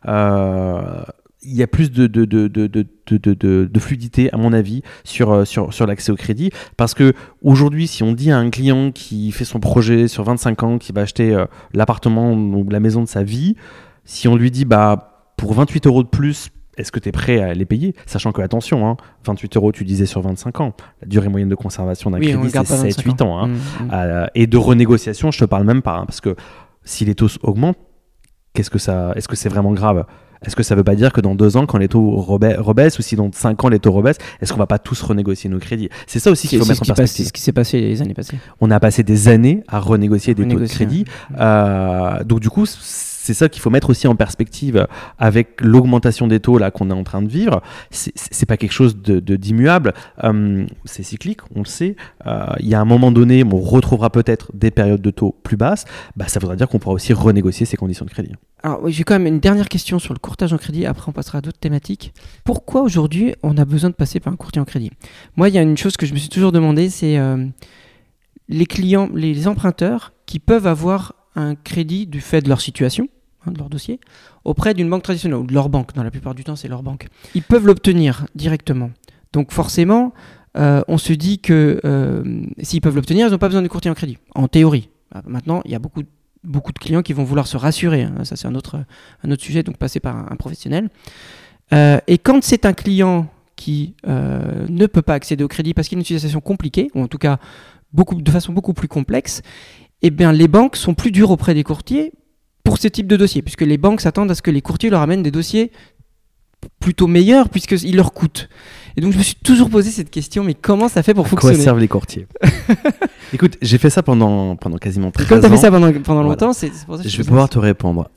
il y a plus de fluidité, à mon avis, sur l'accès au crédit. Parce que aujourd'hui, si on dit à un client qui fait son projet sur 25 ans, qui va acheter l'appartement ou la maison de sa vie, si on lui dit pour 28 € de plus, est-ce que tu es prêt à les payer ? Sachant que, attention, 28 €, tu disais sur 25 ans. La durée moyenne de conservation d'un crédit, c'est 7-8 ans. Et de renégociation, je te parle même pas. Parce que si les taux augmentent, est-ce que c'est vraiment grave? Est-ce que ça veut pas dire que dans 2 ans, quand les taux rebaissent, ou si dans 5 ans les taux rebaissent, est-ce qu'on va pas tous renégocier nos crédits? C'est ça aussi qu'il faut mettre en perspective. C'est ce qui s'est passé les années passées. On a passé des années à renégocier des taux de crédit. Donc du coup, c'est ça qu'il faut mettre aussi en perspective avec l'augmentation des taux là qu'on est en train de vivre. C'est pas quelque chose d'immuable. C'est cyclique, on le sait. Il y a un moment donné, on retrouvera peut-être des périodes de taux plus basses. Ça voudra dire qu'on pourra aussi renégocier ses conditions de crédit. Alors j'ai quand même une dernière question sur le courtage en crédit. Après, on passera à d'autres thématiques. Pourquoi aujourd'hui on a besoin de passer par un courtier en crédit? Moi, il y a une chose que je me suis toujours demandé, c'est les clients, les emprunteurs qui peuvent avoir un crédit du fait de leur situation, de leur dossier, auprès d'une banque traditionnelle ou de leur banque. Dans la plupart du temps, c'est leur banque. Ils peuvent l'obtenir directement. Donc forcément, on se dit que s'ils peuvent l'obtenir, ils n'ont pas besoin de courtier en crédit, en théorie. Maintenant, il y a beaucoup de clients qui vont vouloir se rassurer. Ça, c'est un autre sujet, donc passer par un professionnel. Et quand c'est un client qui ne peut pas accéder au crédit parce qu'il a une situation compliquée, ou en tout cas de façon beaucoup plus complexe, eh bien, les banques sont plus dures auprès des courtiers pour ce type de dossier, puisque les banques s'attendent à ce que les courtiers leur amènent des dossiers plutôt meilleurs, puisqu'ils leur coûtent. Et donc, je me suis toujours posé cette question, mais comment ça fait pour fonctionner? À quoi servent les courtiers? Écoute, j'ai fait ça pendant quasiment 13 ans. Comme tu as fait ça pendant longtemps, c'est pour ça que je vais pouvoir te répondre.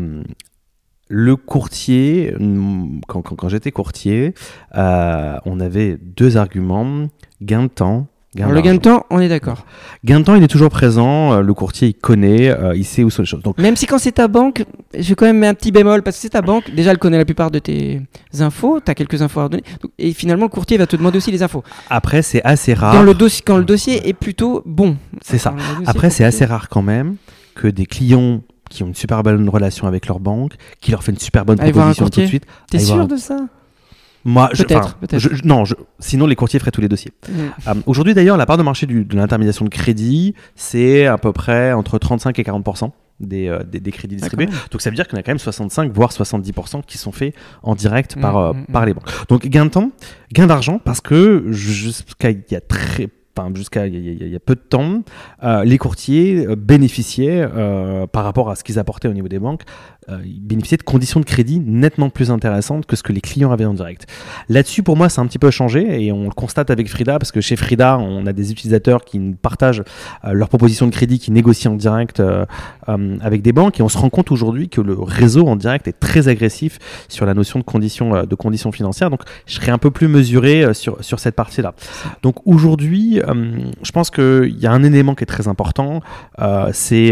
Le courtier, quand j'étais courtier, on avait 2 arguments, gain de temps. Alors, le gain de temps, on est d'accord. Gain de temps, il est toujours présent. Le courtier, il connaît, il sait où sont les choses. Donc, même si quand c'est ta banque, je vais quand même mettre un petit bémol, parce que c'est ta banque, déjà elle connaît la plupart de tes infos, tu as quelques infos à leur donner, et finalement le courtier va te demander aussi les infos. Après, c'est assez rare. Quand le dossier est plutôt bon. C'est ça. Après, c'est assez rare quand même que des clients qui ont une super bonne relation avec leur banque, qui leur fait une super bonne proposition tout de suite. T'es sûr de ça? Moi, peut-être. Sinon les courtiers feraient tous les dossiers. Aujourd'hui d'ailleurs, la part de marché de l'intermédiation de crédit, c'est à peu près entre 35 et 40% des crédits distribués. Donc ça veut dire qu'il y en a quand même 65 voire 70% qui sont faits en direct par les banques. Donc gain de temps, gain d'argent, parce que jusqu'à il y a peu de temps, les courtiers bénéficiaient, par rapport à ce qu'ils apportaient au niveau des banques, ils bénéficiaient de conditions de crédit nettement plus intéressantes que ce que les clients avaient en direct. Là-dessus, pour moi, c'est un petit peu changé, et on le constate avec Frida, parce que chez Frida, on a des utilisateurs qui partagent leurs propositions de crédit, qui négocient en direct avec des banques, et on se rend compte aujourd'hui que le réseau en direct est très agressif sur la notion de conditions financières. Donc, je serais un peu plus mesuré sur cette partie-là. Donc aujourd'hui, je pense qu'il y a un élément qui est très important, c'est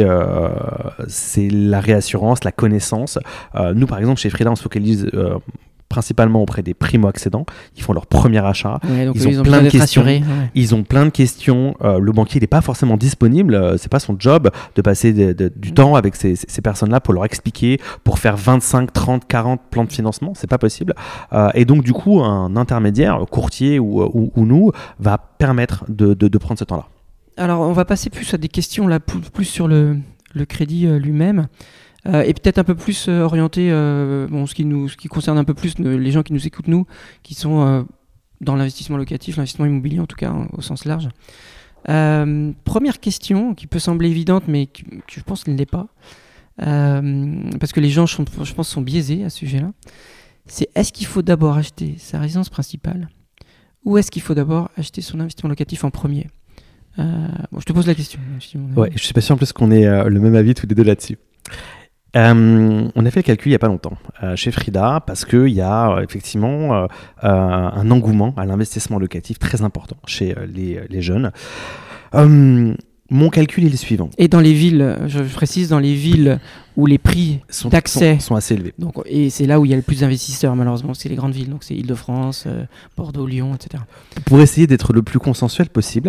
la réassurance, la connaissance. Nous, par exemple, chez Frida, on se focalise principalement auprès des primo-accédants. Ils font leur premier achat. Ouais, donc ils ont plein de questions. Ils ont plein de questions. Le banquier n'est pas forcément disponible. C'est pas son job de passer du temps avec ces personnes-là pour leur expliquer, pour faire 25, 30, 40 plans de financement. C'est pas possible. Et donc, du coup, un intermédiaire, courtier ou nous, va permettre de prendre ce temps-là. Alors, on va passer plus à des questions là, plus sur le crédit lui-même. Et peut-être un peu plus orienté, ce qui concerne un peu plus les gens qui nous écoutent, nous, qui sont dans l'investissement locatif, l'investissement immobilier en tout cas, au sens large. Première question qui peut sembler évidente, mais qui je pense ne l'est pas, parce que les gens, je pense, sont biaisés à ce sujet-là. C'est: est-ce qu'il faut d'abord acheter sa résidence principale, ou est-ce qu'il faut d'abord acheter son investissement locatif en premier? Je te pose la question. Ouais, je suis pas sûr en plus qu'on ait le même avis tous les deux là-dessus. On a fait le calcul il n'y a pas longtemps chez Frida, parce qu'il y a effectivement un engouement à l'investissement locatif très important chez les jeunes. Mon calcul est le suivant. Et dans les villes, je précise, dans les villes où les prix d'accès sont assez élevés. Donc, et c'est là où il y a le plus d'investisseurs, malheureusement, c'est les grandes villes. Donc c'est Île-de-France, Bordeaux, Lyon, etc. Pour essayer d'être le plus consensuel possible,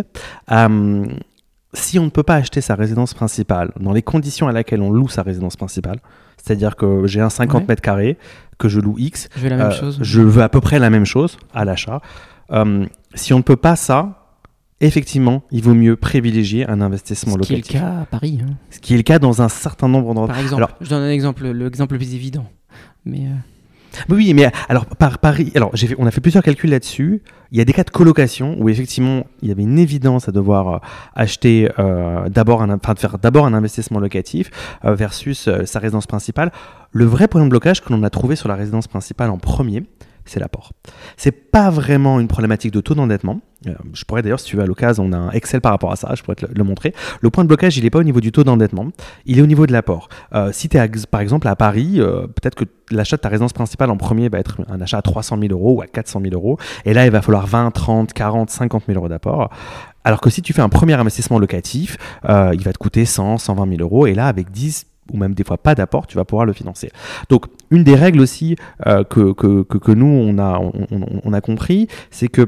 si on ne peut pas acheter sa résidence principale dans les conditions à laquelle on loue sa résidence principale, c'est-à-dire que j'ai un 50 mètres carrés, que je loue X, je veux la même chose. Je veux à peu près la même chose à l'achat. Si on ne peut pas ça, effectivement, il vaut mieux privilégier un investissement locatif. Ce qui est le cas à Paris. Ce qui est le cas dans un certain nombre d'endroits. Par exemple, je donne un exemple, l'exemple le plus évident. Mais Oui, mais alors par Paris, on a fait plusieurs calculs là-dessus. Il y a des cas de colocation où effectivement il y avait une évidence à devoir acheter faire d'abord un investissement locatif versus sa résidence principale. Le vrai point de blocage que l'on a trouvé sur la résidence principale en premier, c'est l'apport. C'est pas vraiment une problématique de taux d'endettement. Je pourrais d'ailleurs, si tu veux, à l'occasion, on a un Excel par rapport à ça, je pourrais te le montrer. Le point de blocage, il n'est pas au niveau du taux d'endettement, il est au niveau de l'apport. Si tu es par exemple à Paris, peut-être que l'achat de ta résidence principale en premier va être un achat à 300 000 euros ou à 400 000 euros. Et là, il va falloir 20, 30, 40, 50 000 euros d'apport. Alors que si tu fais un premier investissement locatif, il va te coûter 100, 120 000 euros. Et là, avec 10 ou même des fois pas d'apport, tu vas pouvoir le financer. Donc, une des règles aussi que nous, on a compris, c'est que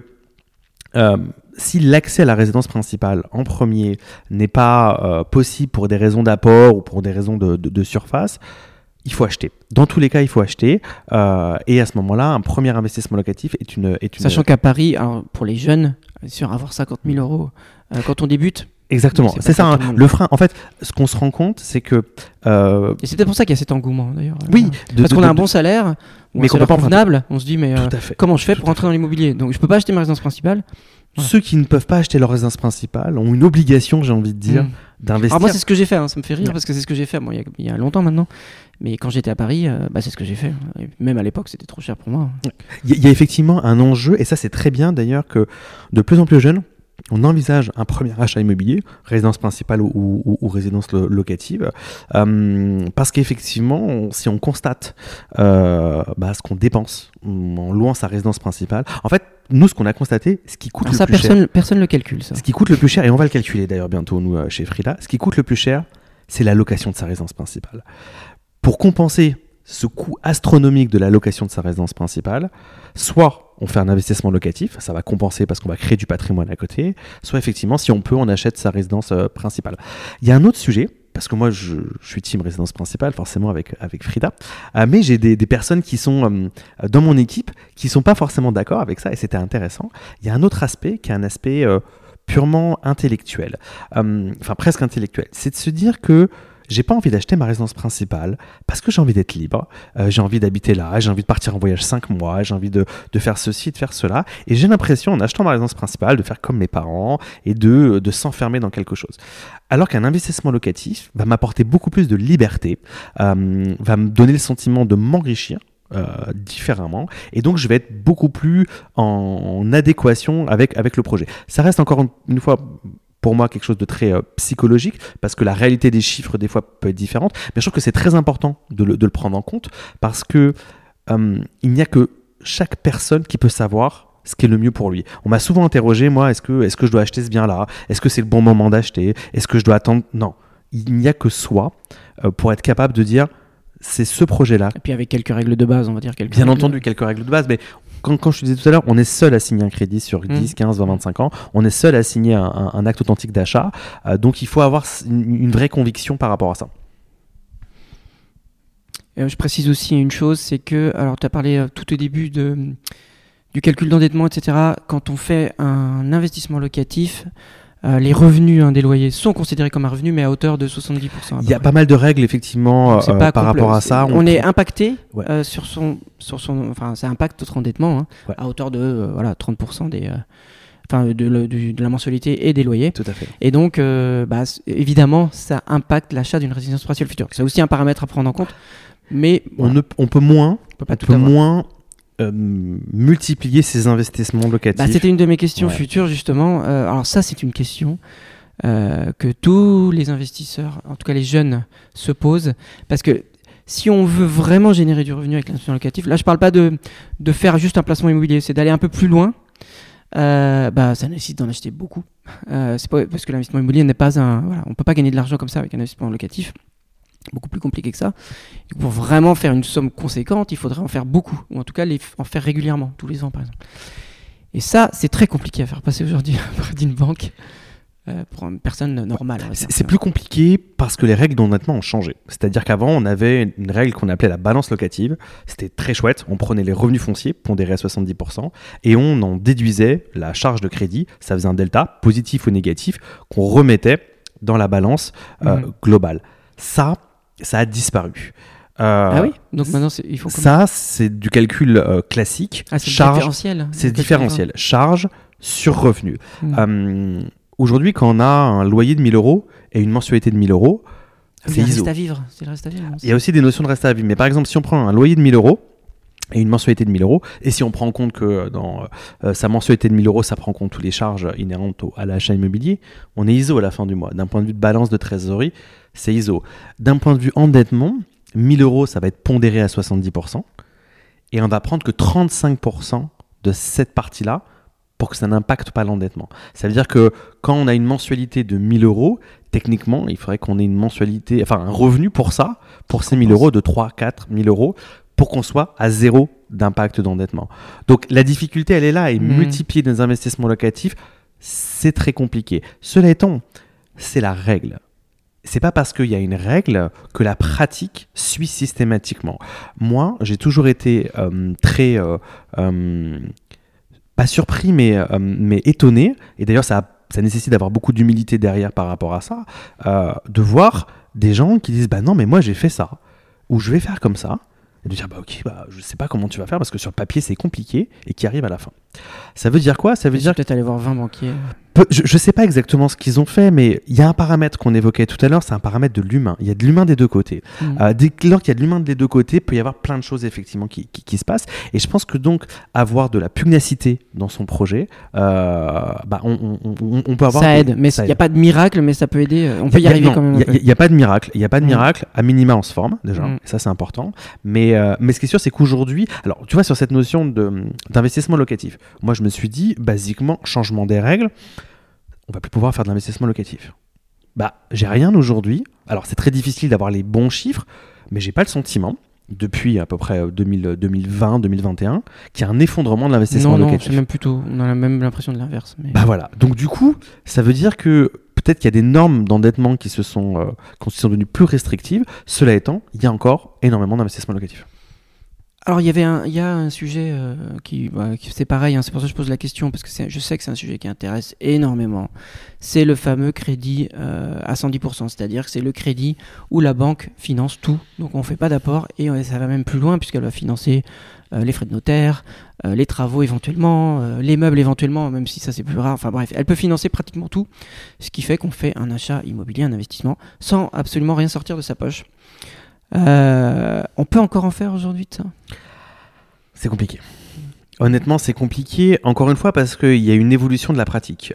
si l'accès à la résidence principale en premier n'est pas possible pour des raisons d'apport ou pour des raisons de surface, il faut acheter. Dans tous les cas, il faut acheter. Et à ce moment-là, un premier investissement locatif est une... Sachant qu'à Paris, alors, pour les jeunes, sur avoir 50 000 euros quand on débute... Exactement, c'est ça, hein, le frein. En fait, ce qu'on se rend compte, c'est que... Et c'est peut-être pour ça qu'il y a cet engouement, d'ailleurs. Oui. Parce qu'on a un bon salaire, mais qu'on peut pas convenable, on se dit, mais comment je fais pour entrer dans l'immobilier ? Donc, je peux pas acheter ma résidence principale. Ceux qui ne peuvent pas acheter leur résidence principale ont une obligation, j'ai envie de dire, d'investir. Alors moi, c'est ce que j'ai fait, hein, ça me fait rire parce que c'est ce que j'ai fait. Bon, il y a longtemps maintenant, mais quand j'étais à Paris, c'est ce que j'ai fait. Et même à l'époque, c'était trop cher pour moi. Il y a effectivement un enjeu, et ça c'est très bien d'ailleurs, que de plus en plus jeunes, on envisage un premier achat immobilier, résidence principale ou résidence locative, parce qu'effectivement, si on constate ce qu'on dépense en louant sa résidence principale, en fait, nous, ce qu'on a constaté, ce qui coûte le plus cher... Personne ne le calcule, ça. Ce qui coûte le plus cher, et on va le calculer d'ailleurs bientôt, nous, chez Frida, ce qui coûte le plus cher, c'est la location de sa résidence principale. Pour compenser ce coût astronomique de la location de sa résidence principale, soit on fait un investissement locatif, ça va compenser parce qu'on va créer du patrimoine à côté, soit effectivement, si on peut, on achète sa résidence principale. Il y a un autre sujet, parce que moi je suis team résidence principale, forcément avec Frida, mais j'ai des personnes qui sont dans mon équipe qui ne sont pas forcément d'accord avec ça, et c'était intéressant. Il y a un autre aspect qui est un aspect purement intellectuel, presque intellectuel, c'est de se dire que j'ai pas envie d'acheter ma résidence principale parce que j'ai envie d'être libre, j'ai envie d'habiter là, j'ai envie de partir en voyage 5 mois, j'ai envie de faire ceci, de faire cela. Et j'ai l'impression, en achetant ma résidence principale, de faire comme mes parents et de s'enfermer dans quelque chose. Alors qu'un investissement locatif va m'apporter beaucoup plus de liberté, va me donner le sentiment de m'enrichir différemment, et donc je vais être beaucoup plus en adéquation avec le projet. Ça reste encore une fois pour moi quelque chose de très psychologique, parce que la réalité des chiffres des fois peut être différente, mais je trouve que c'est très important de le prendre en compte, parce que il n'y a que chaque personne qui peut savoir ce qui est le mieux pour lui. On m'a souvent interrogé, moi, est-ce que je dois acheter ce bien-là ? Est-ce que c'est le bon moment d'acheter ? Est-ce que je dois attendre ? Non, il n'y a que soi pour être capable de dire c'est ce projet-là. Et puis avec quelques règles de base, on va dire. Bien entendu, quelques règles de base, mais quand je te disais tout à l'heure, on est seul à signer un crédit sur 10, 15, 20, 25 ans. On est seul à signer un acte authentique d'achat. Donc, il faut avoir une vraie conviction par rapport à ça. Je précise aussi une chose, c'est que, alors tu as parlé tout au début du calcul d'endettement, etc. Quand on fait un investissement locatif, les revenus des loyers sont considérés comme un revenu, mais à hauteur de 70%. Il y a pas mal de règles, effectivement, par rapport à ça. On est impacté sur son, enfin, ça impacte notre endettement à hauteur de 30% de la mensualité et des loyers. Tout à fait. Et donc, évidemment, ça impacte l'achat d'une résidence principale future. C'est aussi un paramètre à prendre en compte, mais on peut moins multiplier ses investissements locatifs. C'était une de mes questions futures, justement. Alors ça, c'est une question que tous les investisseurs, en tout cas les jeunes, se posent. Parce que si on veut vraiment générer du revenu avec l'investissement locatif, là, je ne parle pas de faire juste un placement immobilier, c'est d'aller un peu plus loin. Ça nécessite d'en acheter beaucoup. C'est pas parce que l'investissement immobilier n'est pas on ne peut pas gagner de l'argent comme ça avec un investissement locatif. Beaucoup plus compliqué que ça. Et pour vraiment faire une somme conséquente, il faudrait en faire beaucoup, ou en tout cas en faire régulièrement, tous les ans par exemple. Et ça, c'est très compliqué à faire passer aujourd'hui auprès d'une banque pour une personne normale. C'est plus compliqué parce que les règles d'endettement ont changé. C'est-à-dire qu'avant, on avait une règle qu'on appelait la balance locative. C'était très chouette. On prenait les revenus fonciers, pondérés à 70%, et on en déduisait la charge de crédit. Ça faisait un delta, positif ou négatif, qu'on remettait dans la balance globale. Ça a disparu. Ah oui. Donc maintenant, il faut. Ça, c'est du calcul classique. Ah, c'est charge. différentiel. C'est différentiel. Charge sur revenu. Aujourd'hui, quand on a un loyer de 1 000 € et une mensualité de 1 000 €, c'est ISO. Reste à vivre. C'est le reste à vivre. Il y a aussi des notions de reste à vivre. Mais par exemple, si on prend un loyer de 1 000 € et une mensualité de 1 000 €, et si on prend en compte que dans sa mensualité de 1 000 €, ça prend en compte toutes les charges inhérentes à l'achat immobilier, on est ISO à la fin du mois. D'un point de vue de balance de trésorerie, c'est ISO. D'un point de vue endettement, 1 000 €, ça va être pondéré à 70%, et on va prendre que 35% de cette partie-là pour que ça n'impacte pas l'endettement. Ça veut dire que quand on a une mensualité de 1 000 €, techniquement, il faudrait qu'on ait une mensualité, enfin un revenu pour ça, pour ces 1 000 € de 3 4 000 €, pour qu'on soit à zéro d'impact d'endettement. Donc la difficulté, elle est là, et multiplier des investissements locatifs, c'est très compliqué. Cela étant, c'est la règle. C'est pas parce qu'il y a une règle que la pratique suit systématiquement. Moi, j'ai toujours été très pas surpris, mais étonné. Et d'ailleurs, ça nécessite d'avoir beaucoup d'humilité derrière par rapport à ça, de voir des gens qui disent « Bah non, mais moi j'ai fait ça » ou « Je vais faire comme ça ». Et de dire « Ok, je sais pas comment tu vas faire parce que sur le papier c'est compliqué » et qui arrive à la fin. Ça veut dire quoi ? Ça veut dire peut-être aller voir 20 banquiers. Je sais pas exactement ce qu'ils ont fait, mais il y a un paramètre qu'on évoquait tout à l'heure, c'est un paramètre de l'humain. Il y a de l'humain des deux côtés. Dès lors qu'il y a de l'humain des deux côtés, il peut y avoir plein de choses effectivement qui se passent. Et je pense que donc avoir de la pugnacité dans son projet, on peut avoir... Ça aide, mais il n'y a pas de miracle, mais ça peut aider. On peut y arriver quand même. Il n'y a pas de miracle. Il n'y a pas de miracle. À minima, on se forme déjà. Et ça, c'est important. Mais ce qui est sûr, c'est qu'aujourd'hui... Alors, tu vois, sur cette notion d'investissement locatif, moi, je me suis dit, basiquement, changement des règles, on va plus pouvoir faire de l'investissement locatif. J'ai rien aujourd'hui. Alors, c'est très difficile d'avoir les bons chiffres, mais j'ai pas le sentiment, depuis à peu près 2020-2021, qu'il y a un effondrement de l'investissement locatif. Non, c'est même plutôt... On a même l'impression de l'inverse. Mais... voilà. Donc, du coup, ça veut dire que peut-être qu'il y a des normes d'endettement qui sont devenues plus restrictives. Cela étant, il y a encore énormément d'investissement locatif. Alors, il y a un sujet qui c'est pareil, c'est pour ça que je pose la question, parce que je sais que c'est un sujet qui intéresse énormément. C'est le fameux crédit à 110%, c'est-à-dire que c'est le crédit où la banque finance tout. Donc, on ne fait pas d'apport et ça va même plus loin, puisqu'elle va financer les frais de notaire, les travaux éventuellement, les meubles éventuellement, même si ça c'est plus rare. Enfin bref, elle peut financer pratiquement tout, ce qui fait qu'on fait un achat immobilier, un investissement, sans absolument rien sortir de sa poche. On peut encore en faire aujourd'hui de ça ? C'est compliqué. Honnêtement, c'est compliqué, encore une fois, parce qu'il y a une évolution de la pratique.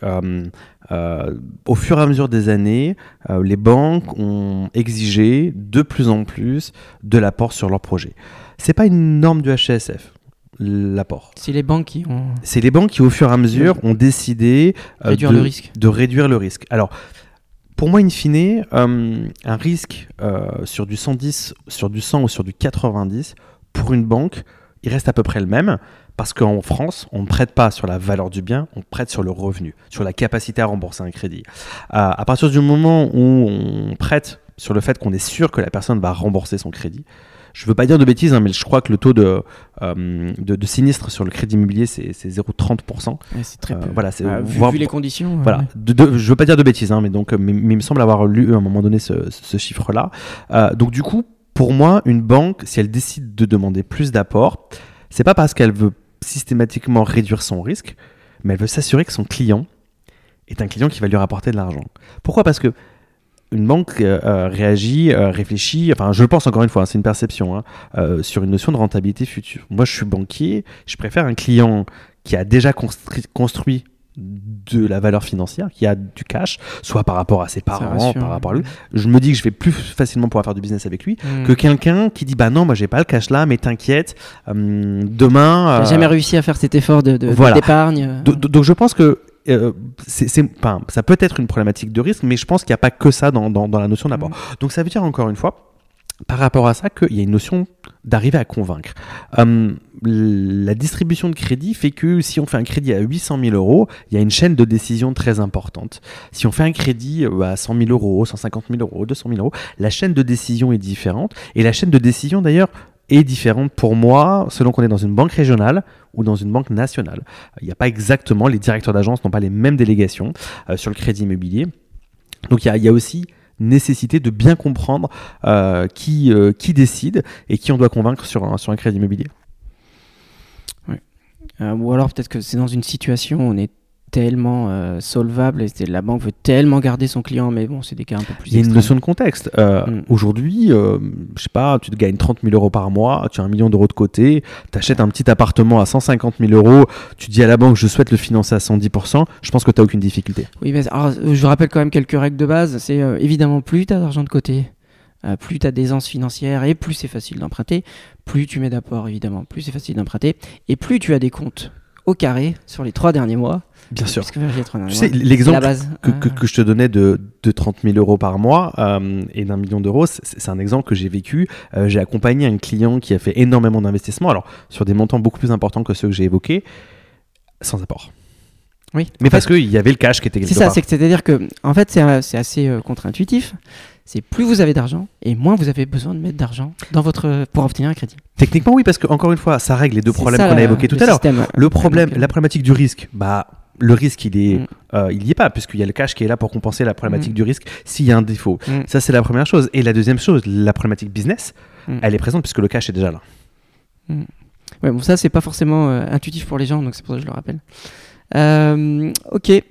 Au fur et à mesure des années, les banques ont exigé de plus en plus de l'apport sur leurs projets. C'est pas une norme du HCSF, l'apport. C'est les banques qui ont... C'est les banques qui, au fur et à mesure, ont décidé de réduire le risque. Alors, pour moi, in fine, un risque sur du 110, sur du 100 ou sur du 90, pour une banque, il reste à peu près le même, parce qu'en France, on ne prête pas sur la valeur du bien, on prête sur le revenu, sur la capacité à rembourser un crédit. À partir du moment où on prête sur le fait qu'on est sûr que la personne va rembourser son crédit, je ne veux pas dire de bêtises, mais je crois que le taux de sinistre sur le crédit immobilier, c'est 0,30%. Ouais, c'est très peu. Voilà, vu les conditions. Voilà. Je ne veux pas dire de bêtises, mais il me semble avoir lu à un moment donné ce chiffre-là. Donc du coup, pour moi, une banque, si elle décide de demander plus d'apport, c'est pas parce qu'elle veut systématiquement réduire son risque, mais elle veut s'assurer que son client est un client qui va lui rapporter de l'argent. Pourquoi ? Parce que une banque réfléchit, enfin je pense encore une fois, c'est une perception, sur une notion de rentabilité future. Moi je suis banquier, je préfère un client qui a déjà construit de la valeur financière, qui a du cash, soit par rapport à ses parents, par rapport à lui. Je me dis que je vais plus facilement pouvoir faire du business avec lui que quelqu'un qui dit non, moi j'ai pas le cash là, mais t'inquiète, demain... J'ai jamais réussi à faire cet effort d'épargne. Donc je pense que ça peut être une problématique de risque, mais je pense qu'il n'y a pas que ça dans la notion d'apport. Donc ça veut dire encore une fois, par rapport à ça, qu'il y a une notion d'arriver à convaincre. La distribution de crédit fait que si on fait un crédit à 800 000 €, il y a une chaîne de décision très importante. Si on fait un crédit à 100 000 €, 150 000 €, 200 000 €, la chaîne de décision est différente. Et la chaîne de décision, d'ailleurs, est différente pour moi selon qu'on est dans une banque régionale ou dans une banque nationale. Il n'y a pas exactement, les directeurs d'agence n'ont pas les mêmes délégations sur le crédit immobilier. Donc il y a aussi nécessité de bien comprendre qui décide et qui on doit convaincre sur un crédit immobilier. Ou alors peut-être que c'est dans une situation où on est tellement solvable et la banque veut tellement garder son client, mais bon, c'est des cas un peu plus Il y a une extrêmes. notion de contexte. Aujourd'hui, je sais pas, tu te gagnes 30 000 euros par mois, tu as 1 million d'euros de côté, tu achètes un petit appartement à 150 000 euros, tu dis à la banque, je souhaite le financer à 110%, je pense que tu n'as aucune difficulté. Oui, mais alors, je rappelle quand même quelques règles de base. C'est évidemment, plus tu as d'argent de côté, plus tu as d'aisance financière et plus c'est facile d'emprunter, plus tu mets d'apport, évidemment, plus c'est facile d'emprunter, et plus tu as des comptes au carré sur les 3 derniers mois. Bien sûr. Parce que les 3 derniers Tu sais, mois, l'exemple c'est la base. que je te donnais de 30 000 euros par mois et d'1 million d'euros, c'est un exemple que j'ai vécu. J'ai accompagné un client qui a fait énormément d'investissements, alors sur des montants beaucoup plus importants que ceux que j'ai évoqués, sans apport. Oui. Mais parce qu'il y avait le cash qui était quelque C'est ça, part. c'est-à-dire que en fait, c'est assez contre-intuitif. C'est plus vous avez d'argent et moins vous avez besoin de mettre d'argent pour obtenir un crédit. Techniquement, oui, parce que encore une fois, ça règle les deux problèmes ça, qu'on a évoqués tout à l'heure. Le problème, Donc, la problématique du risque, le risque, il y est pas, puisqu'il y a le cash qui est là pour compenser la problématique du risque s'il y a un défaut. Ça, c'est la première chose. Et la deuxième chose, la problématique business, elle est présente puisque le cash est déjà là. Ouais, bon, ça, c'est pas forcément intuitif pour les gens, donc c'est pour ça que je le rappelle. Ok.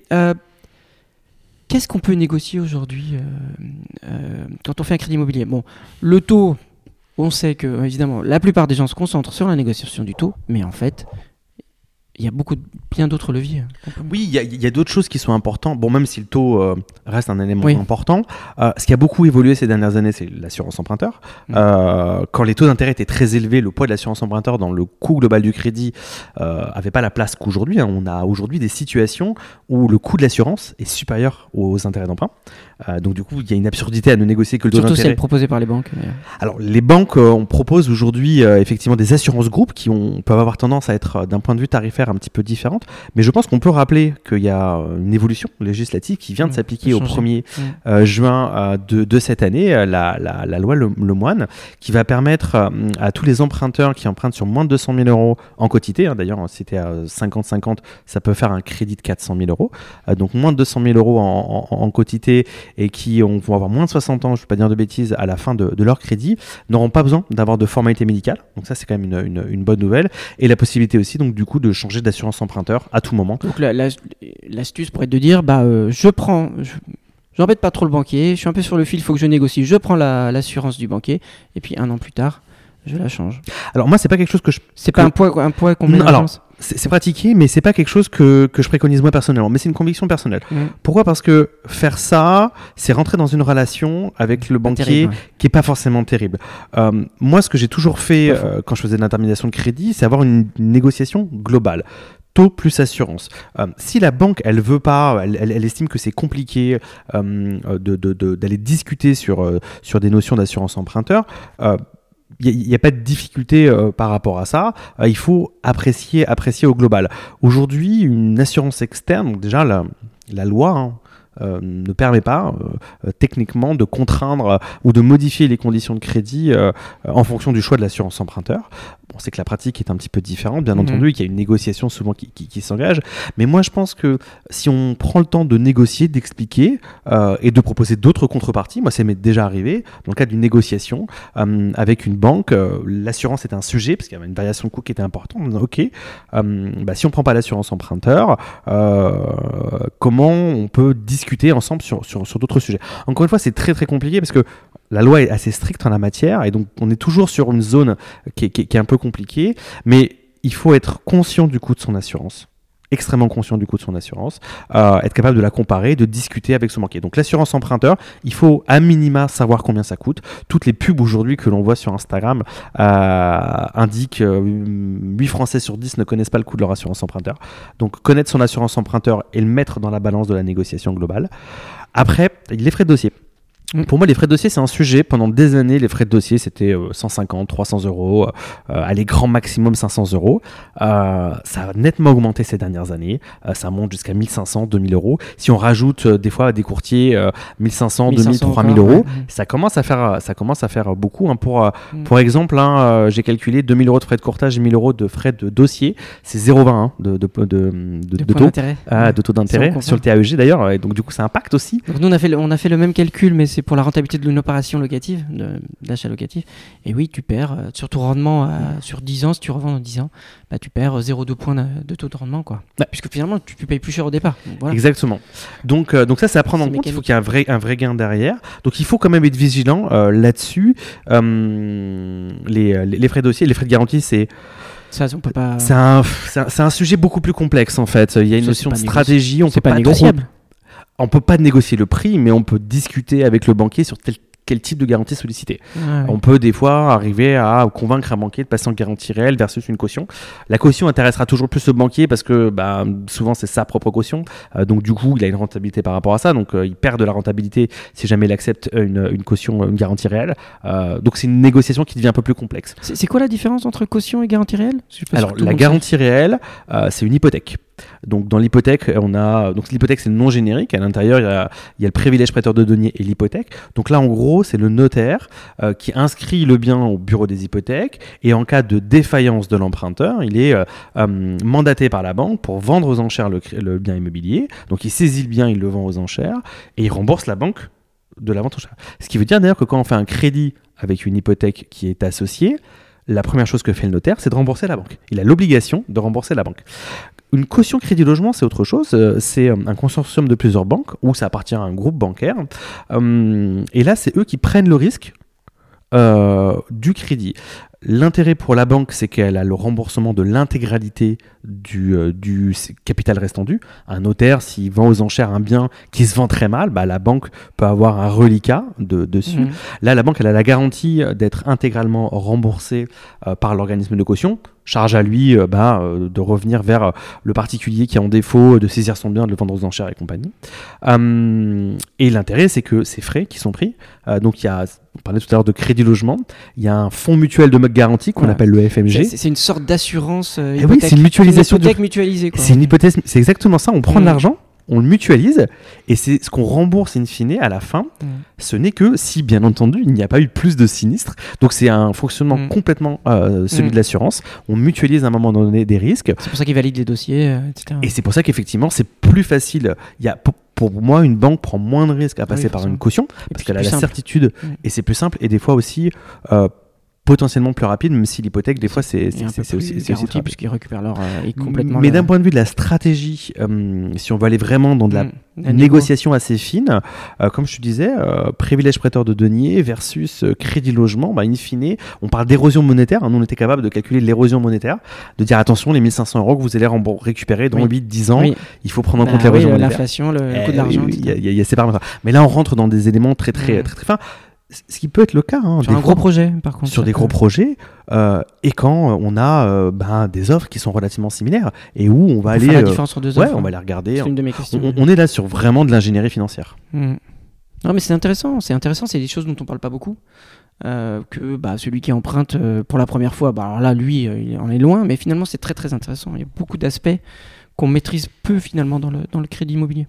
Qu'est-ce qu'on peut négocier aujourd'hui quand on fait un crédit immobilier ? Bon, le taux, on sait que, évidemment, la plupart des gens se concentrent sur la négociation du taux, mais en fait, il y a bien d'autres leviers. Oui, il y a d'autres choses qui sont importantes. Bon, même si le taux reste un élément important, ce qui a beaucoup évolué ces dernières années, c'est l'assurance emprunteur. Quand les taux d'intérêt étaient très élevés, le poids de l'assurance emprunteur dans le coût global du crédit avait pas la place qu'aujourd'hui. On a aujourd'hui des situations où le coût de l'assurance est supérieur aux intérêts d'emprunt. Donc du coup, il y a une absurdité à ne négocier que le taux d'intérêt. Surtout celle proposée par les banques. Alors, les banques, on propose aujourd'hui effectivement des assurances groupes qui peuvent avoir tendance à être, d'un point de vue tarifaire, un petit peu différentes. Mais je pense qu'on peut rappeler qu'il y a une évolution législative qui vient de s'appliquer au 1er juin de cette année, la loi Lemoine, qui va permettre à tous les emprunteurs qui empruntent sur moins de 200 000 euros en quotité, d'ailleurs, c'était à 50-50, ça peut faire un crédit de 400 000 euros. Donc, moins de 200 000 euros en quotité et qui vont avoir moins de 60 ans, je ne veux pas dire de bêtises, à la fin de leur crédit, n'auront pas besoin d'avoir de formalité médicale. Donc ça, c'est quand même une bonne nouvelle. Et la possibilité aussi, donc du coup, de changer d'assurance emprunteur à tout moment. Donc l'astuce pourrait être de dire, j'embête pas trop le banquier, je suis un peu sur le fil, il faut que je négocie, je prends l'assurance du banquier, et puis 1 an plus tard, je la change. Alors moi, c'est pas quelque chose que je... C'est pas un poids qu'on met en avance. C'est pratiqué, mais c'est pas quelque chose que je préconise moi personnellement, mais c'est une conviction personnelle. Pourquoi ? Parce que faire ça, c'est rentrer dans une relation avec le banquier qui est pas forcément terrible. Moi, ce que j'ai toujours fait quand je faisais de l'intermédiation de crédit, c'est avoir une négociation globale. Taux plus assurance. Si la banque, elle veut pas, elle estime que c'est compliqué d'aller discuter sur des notions d'assurance emprunteur, il n'y a pas de difficulté par rapport à ça. Il faut apprécier au global. Aujourd'hui, une assurance externe, donc déjà la loi ne permet pas techniquement de contraindre ou de modifier les conditions de crédit en fonction du choix de l'assurance emprunteur. On sait que la pratique est un petit peu différente, bien entendu, et qu'il y a une négociation souvent qui s'engage. Mais moi, je pense que si on prend le temps de négocier, d'expliquer et de proposer d'autres contreparties, moi, ça m'est déjà arrivé, dans le cadre d'une négociation avec une banque, l'assurance est un sujet, parce qu'il y avait une variation de coût qui était importante. Ok, si on ne prend pas l'assurance emprunteur, comment on peut discuter ensemble sur d'autres sujets ? Encore une fois, c'est très très compliqué, parce que la loi est assez stricte en la matière, et donc on est toujours sur une zone qui est un peu compliquée, mais il faut être conscient du coût de son assurance, extrêmement conscient du coût de son assurance, être capable de la comparer, de discuter avec son banquier. Donc l'assurance emprunteur, il faut à minima savoir combien ça coûte. Toutes les pubs aujourd'hui que l'on voit sur Instagram indiquent 8 Français sur 10 ne connaissent pas le coût de leur assurance emprunteur. Donc connaître son assurance emprunteur et le mettre dans la balance de la négociation globale. Après, les frais de dossier. Pour moi, les frais de dossier, c'est un sujet. Pendant des années, les frais de dossier, c'était 150, 300 euros, allez, grand maximum 500 euros. Ça a nettement augmenté ces dernières années. Ça monte jusqu'à 1500, 2000 euros. Si on rajoute des fois des courtiers 1500, 2000, 3000 euros, ça commence à faire beaucoup. Pour exemple, j'ai calculé 2000 euros de frais de courtage et 1000 euros de frais de dossier. C'est 0,20 de taux d'intérêt sur le TAEG d'ailleurs. Et donc, du coup, ça impacte aussi. Donc, nous, on a fait le même calcul, mais c'est c'est pour la rentabilité de l'opération locative, d'achat locatif. Et oui, tu perds, sur ton rendement sur 10 ans, si tu revends dans 10 ans, bah, tu perds 0,2 points de taux de rendement, quoi. Ouais. Puisque finalement, tu payes plus cher au départ. Donc, voilà. Exactement. Donc ça, c'est à prendre en compte. Il faut qu'il y ait un vrai gain derrière. Donc il faut quand même être vigilant là-dessus. Les frais de dossier, les frais de garantie, c'est on peut pas... c'est un sujet beaucoup plus complexe en fait. Il y a une notion de stratégie. C'est pas négociable. On peut pas négocier le prix, mais on peut discuter avec le banquier sur quel type de garantie solliciter. On peut des fois arriver à convaincre un banquier de passer en garantie réelle versus une caution. La caution intéressera toujours plus le banquier parce que souvent c'est sa propre caution. Donc du coup, il a une rentabilité par rapport à ça. Donc il perd de la rentabilité si jamais il accepte une caution, une garantie réelle. Donc c'est une négociation qui devient un peu plus complexe. C'est quoi la différence entre caution et garantie réelle ? Alors la garantie réelle, c'est une hypothèque. Donc dans l'hypothèque, l'hypothèque c'est le nom générique. À l'intérieur, il y a le privilège prêteur de deniers et l'hypothèque. Donc là, en gros, c'est le notaire qui inscrit le bien au bureau des hypothèques et en cas de défaillance de l'emprunteur, il est mandaté par la banque pour vendre aux enchères le bien immobilier. Donc il saisit le bien, il le vend aux enchères et il rembourse la banque de la vente aux enchères. Ce qui veut dire d'ailleurs que quand on fait un crédit avec une hypothèque qui est associée, la première chose que fait le notaire, c'est de rembourser la banque. Il a l'obligation de rembourser la banque. Une caution crédit logement, c'est autre chose. C'est un consortium de plusieurs banques où ça appartient à un groupe bancaire. Et là, c'est eux qui prennent le risque du crédit. L'intérêt pour la banque, c'est qu'elle a le remboursement de l'intégralité du capital restant dû. Un notaire, s'il vend aux enchères un bien qui se vend très mal, la banque peut avoir un reliquat dessus. Là, la banque, elle a la garantie d'être intégralement remboursée par l'organisme de caution. Charge à lui de revenir vers le particulier qui est en défaut, de saisir son bien, de le vendre aux enchères et compagnie. Et l'intérêt, c'est que ces frais qui sont pris, donc on parlait tout à l'heure de crédit logement, il y a un fonds mutuel de garantie qu'on appelle le FMG. C'est une sorte d'assurance hypothèque. Oui, c'est une mutualisation. Une hypothèque mutualisée, quoi. C'est une hypothèse, c'est exactement ça. On prend de l'argent, on le mutualise, et c'est ce qu'on rembourse in fine à la fin. Ce n'est que si, bien entendu, il n'y a pas eu plus de sinistres. Donc c'est un fonctionnement complètement celui de l'assurance. On mutualise à un moment donné des risques. C'est pour ça qu'ils valident les dossiers, etc. Et c'est pour ça qu'effectivement, c'est plus facile. Pour moi, une banque prend moins de risques à passer par une caution parce qu'elle a la certitude et c'est plus simple. Et des fois aussi, potentiellement plus rapide, même si l'hypothèque, des fois, c'est aussi garanti puisqu'ils récupèrent leur complètement. Mais d'un point de vue de la stratégie, si on veut aller vraiment dans de la négociation assez fine, comme je te disais, privilège prêteur de deniers versus crédit logement, in fine, on parle d'érosion monétaire. Nous, on était capable de calculer l'érosion monétaire, de dire attention, les 1 500 euros que vous allez récupérer dans 8-10 ans, il faut prendre en compte l'érosion monétaire. L'inflation, le coût de l'argent. Il y a ces paramètres. Mais là, on rentre dans des éléments très fins. Ce qui peut être le cas. Sur un gros projet, par contre. Sur des gros projets, et quand on a des offres qui sont relativement similaires, et où on va aller... faire la différence entre deux offres. On va les regarder. C'est une de mes questions. On est là sur vraiment de l'ingénierie financière. Non, mais c'est intéressant. C'est des choses dont on ne parle pas beaucoup. Que celui qui emprunte pour la première fois, alors là, lui, il en est loin, mais finalement, c'est très, très intéressant. Il y a beaucoup d'aspects qu'on maîtrise peu, finalement, dans le crédit immobilier.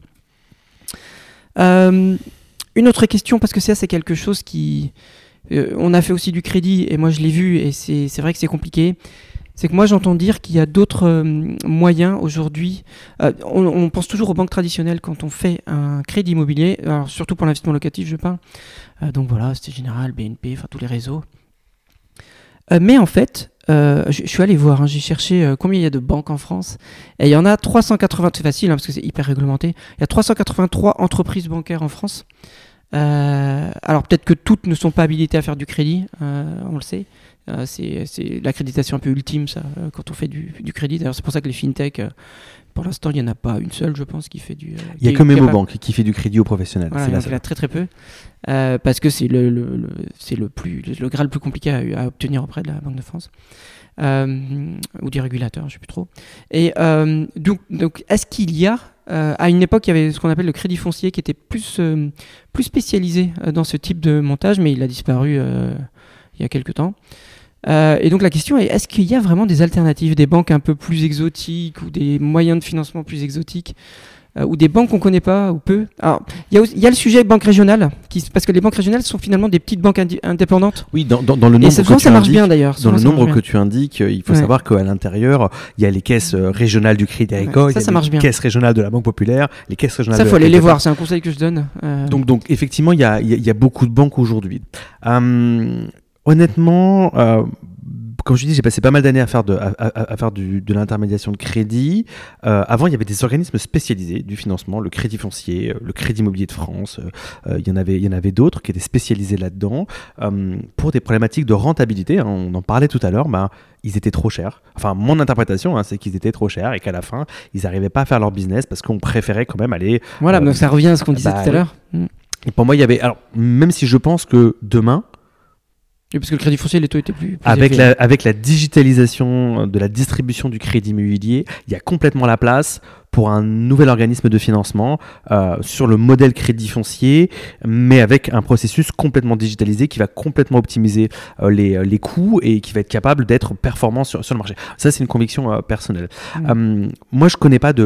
Une autre question, parce que ça, c'est quelque chose qui... on a fait aussi du crédit, et moi je l'ai vu, et c'est vrai que c'est compliqué. C'est que moi j'entends dire qu'il y a d'autres moyens aujourd'hui. On pense toujours aux banques traditionnelles quand on fait un crédit immobilier, alors surtout pour l'investissement locatif je parle. Donc voilà, Société Générale, BNP, enfin tous les réseaux. Mais en fait, je suis allé voir, j'ai cherché combien il y a de banques en France. Et il y en a 380, c'est facile parce que c'est hyper réglementé. Il y a 383 entreprises bancaires en France. Alors peut-être que toutes ne sont pas habilitées à faire du crédit, on le sait. C'est l'accréditation un peu ultime, ça, quand on fait du crédit. D'ailleurs, c'est pour ça que les fintech, pour l'instant, il n'y en a pas une seule, je pense, qui fait du... Il n'y a que MemoBank qui fait du crédit aux professionnels. Voilà, il y en a très très peu. Parce que c'est le graal le plus compliqué à obtenir auprès de la Banque de France. Ou du régulateur, je ne sais plus trop. Et donc est-ce qu'il y a... à une époque, il y avait ce qu'on appelle le crédit foncier qui était plus spécialisé dans ce type de montage, mais il a disparu il y a quelques temps. Et donc la question est, est-ce qu'il y a vraiment des alternatives, des banques un peu plus exotiques ou des moyens de financement plus exotiques ou des banques qu'on connaît pas ou peu. Alors, il y a le sujet banque régionale, parce que les banques régionales sont finalement des petites banques indépendantes. Oui, dans le nombre et souvent, ça marche bien d'ailleurs. Dans le nombre que tu indiques, il faut savoir qu'à l'intérieur, il y a les caisses régionales du Crédit Agricole, il y a les caisses régionales de la Banque Populaire, les caisses régionales de la Ça, faut aller les voir, c'est un conseil que je donne. Donc effectivement, il y a beaucoup de banques aujourd'hui. Honnêtement, comme je dis, j'ai passé pas mal d'années à faire de l'intermédiation de crédit. Avant, il y avait des organismes spécialisés du financement, le Crédit Foncier, le Crédit Immobilier de France. Il y en avait d'autres qui étaient spécialisés là-dedans pour des problématiques de rentabilité. Hein, on en parlait tout à l'heure. Ils étaient trop chers. Enfin, mon interprétation, c'est qu'ils étaient trop chers et qu'à la fin, ils n'arrivaient pas à faire leur business parce qu'on préférait quand même aller... Voilà, donc ça revient à ce qu'on disait tout à l'heure. Et pour moi, il y avait... Alors, même si je pense que demain... Oui, parce que le crédit foncier, les taux étaient plus avec la digitalisation de la distribution du crédit immobilier, il y a complètement la place pour un nouvel organisme de financement sur le modèle crédit foncier, mais avec un processus complètement digitalisé qui va complètement optimiser les coûts et qui va être capable d'être performant sur le marché. Ça, c'est une conviction personnelle. Moi, je ne connais pas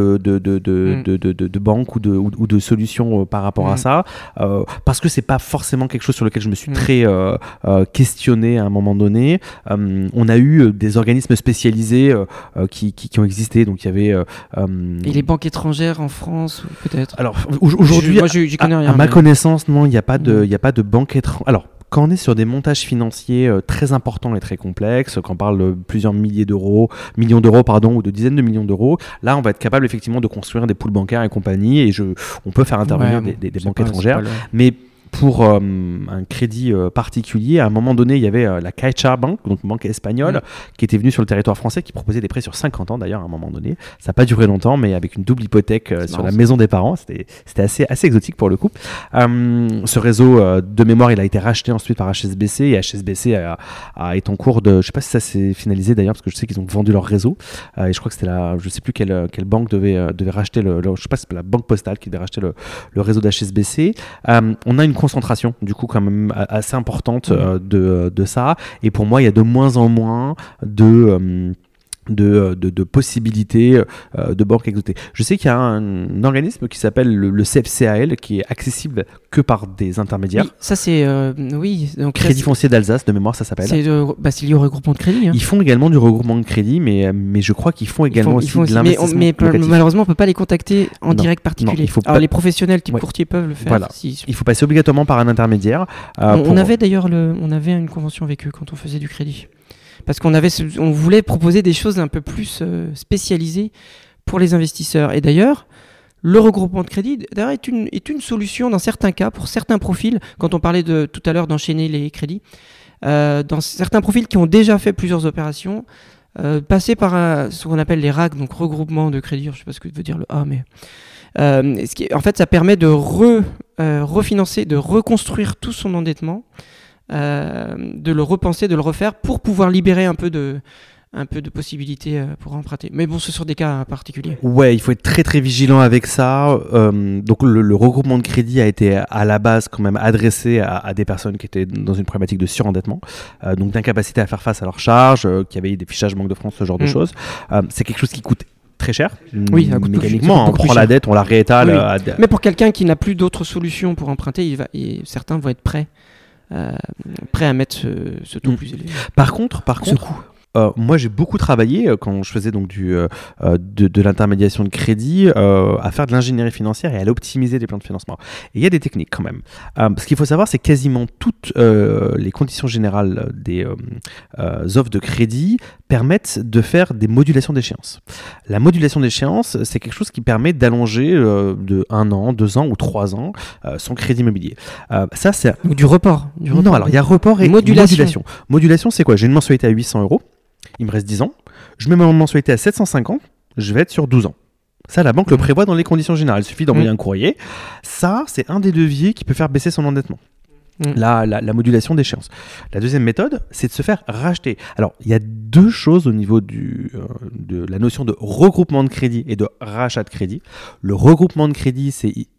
de banque ou de solution par rapport à ça, parce que ce n'est pas forcément quelque chose sur lequel je me suis très questionné à un moment donné. On a eu des organismes spécialisés qui ont existé, donc il y avait... les banques étrangères en France, peut-être. Alors aujourd'hui, j'y connais rien. À ma connaissance, non, il n'y a pas de banque étrangère. Alors, quand on est sur des montages financiers très importants et très complexes, quand on parle de plusieurs millions d'euros, ou de dizaines de millions d'euros, là, on va être capable effectivement de construire des pools bancaires et compagnie, et on peut faire intervenir des banques étrangères, mais pour un crédit particulier, à un moment donné, il y avait la Caixa Bank, donc une banque espagnole, qui était venue sur le territoire français, qui proposait des prêts sur 50 ans d'ailleurs à un moment donné. Ça n'a pas duré longtemps, mais avec une double hypothèque sur la maison des parents. C'était assez exotique pour le coup. Ce réseau, de mémoire, il a été racheté ensuite par HSBC, et HSBC est en cours de... Je ne sais pas si ça s'est finalisé d'ailleurs, parce que je sais qu'ils ont vendu leur réseau. Et je crois que c'était je ne sais plus quelle banque devait racheter je ne sais pas si c'est la Banque Postale qui devait racheter le réseau d'HSBC. On a une concentration du coup quand même assez importante de ça, et pour moi il y a de moins en moins de possibilités de banques exotées. Je sais qu'il y a un organisme qui s'appelle le CFCAL qui est accessible que par des intermédiaires. Oui, ça c'est donc Crédit Foncier d'Alsace de mémoire, ça s'appelle. C'est lié au regroupement de crédit. Ils font également du regroupement de crédit, mais je crois qu'ils font également aussi de l'investissement locatif. Malheureusement, on peut pas les contacter en direct particulier. Alors les professionnels type courtier peuvent le faire. Voilà. Il faut passer obligatoirement par un intermédiaire. On avait d'ailleurs une convention avec eux quand on faisait du crédit. Parce on voulait proposer des choses un peu plus spécialisées pour les investisseurs. Et d'ailleurs, le regroupement de crédit est une solution dans certains cas, pour certains profils, quand on parlait tout à l'heure d'enchaîner les crédits, dans certains profils qui ont déjà fait plusieurs opérations, passer par ce qu'on appelle les RAC, donc regroupement de crédit, je ne sais pas ce que veut dire le A, mais... en fait, ça permet de refinancer, de reconstruire tout son endettement, de le repenser, de le refaire pour pouvoir libérer un peu de possibilités pour emprunter. Mais bon, ce sont des cas particuliers. Ouais, il faut être très très vigilant avec ça. Donc le regroupement de crédit a été à la base quand même adressé à des personnes qui étaient dans une problématique de surendettement, donc d'incapacité à faire face à leurs charges, qui avaient des fichages Banque de France, ce genre de choses. C'est quelque chose qui coûte très cher, mécaniquement, on prend la dette, on la réétale. Oui. Mais pour quelqu'un qui n'a plus d'autres solutions pour emprunter, certains vont être prêts à mettre ce taux plus élevé. Par contre, moi j'ai beaucoup travaillé quand je faisais donc de l'intermédiation de crédit à faire de l'ingénierie financière et à l'optimiser des plans de financement. Et il y a des techniques quand même. Ce qu'il faut savoir, c'est quasiment toutes les conditions générales des offres de crédit permettent de faire des modulations d'échéance. La modulation d'échéance, c'est quelque chose qui permet d'allonger de 1 an, 2 ans ou 3 ans son crédit immobilier. Ça, c'est... Ou du report. Non, alors il y a report et modulation. Modulation, c'est quoi ? J'ai une mensualité à 800 €. Il me reste 10 ans, je mets ma mensualité à 750, je vais être sur 12 ans. Ça, la banque le prévoit dans les conditions générales. Il suffit d'envoyer un courrier. Ça, c'est un des leviers qui peut faire baisser son endettement. La modulation d'échéance. La deuxième méthode, c'est de se faire racheter. Alors, il y a deux choses au niveau de la notion de regroupement de crédit et de rachat de crédit. Le regroupement de crédit, c'est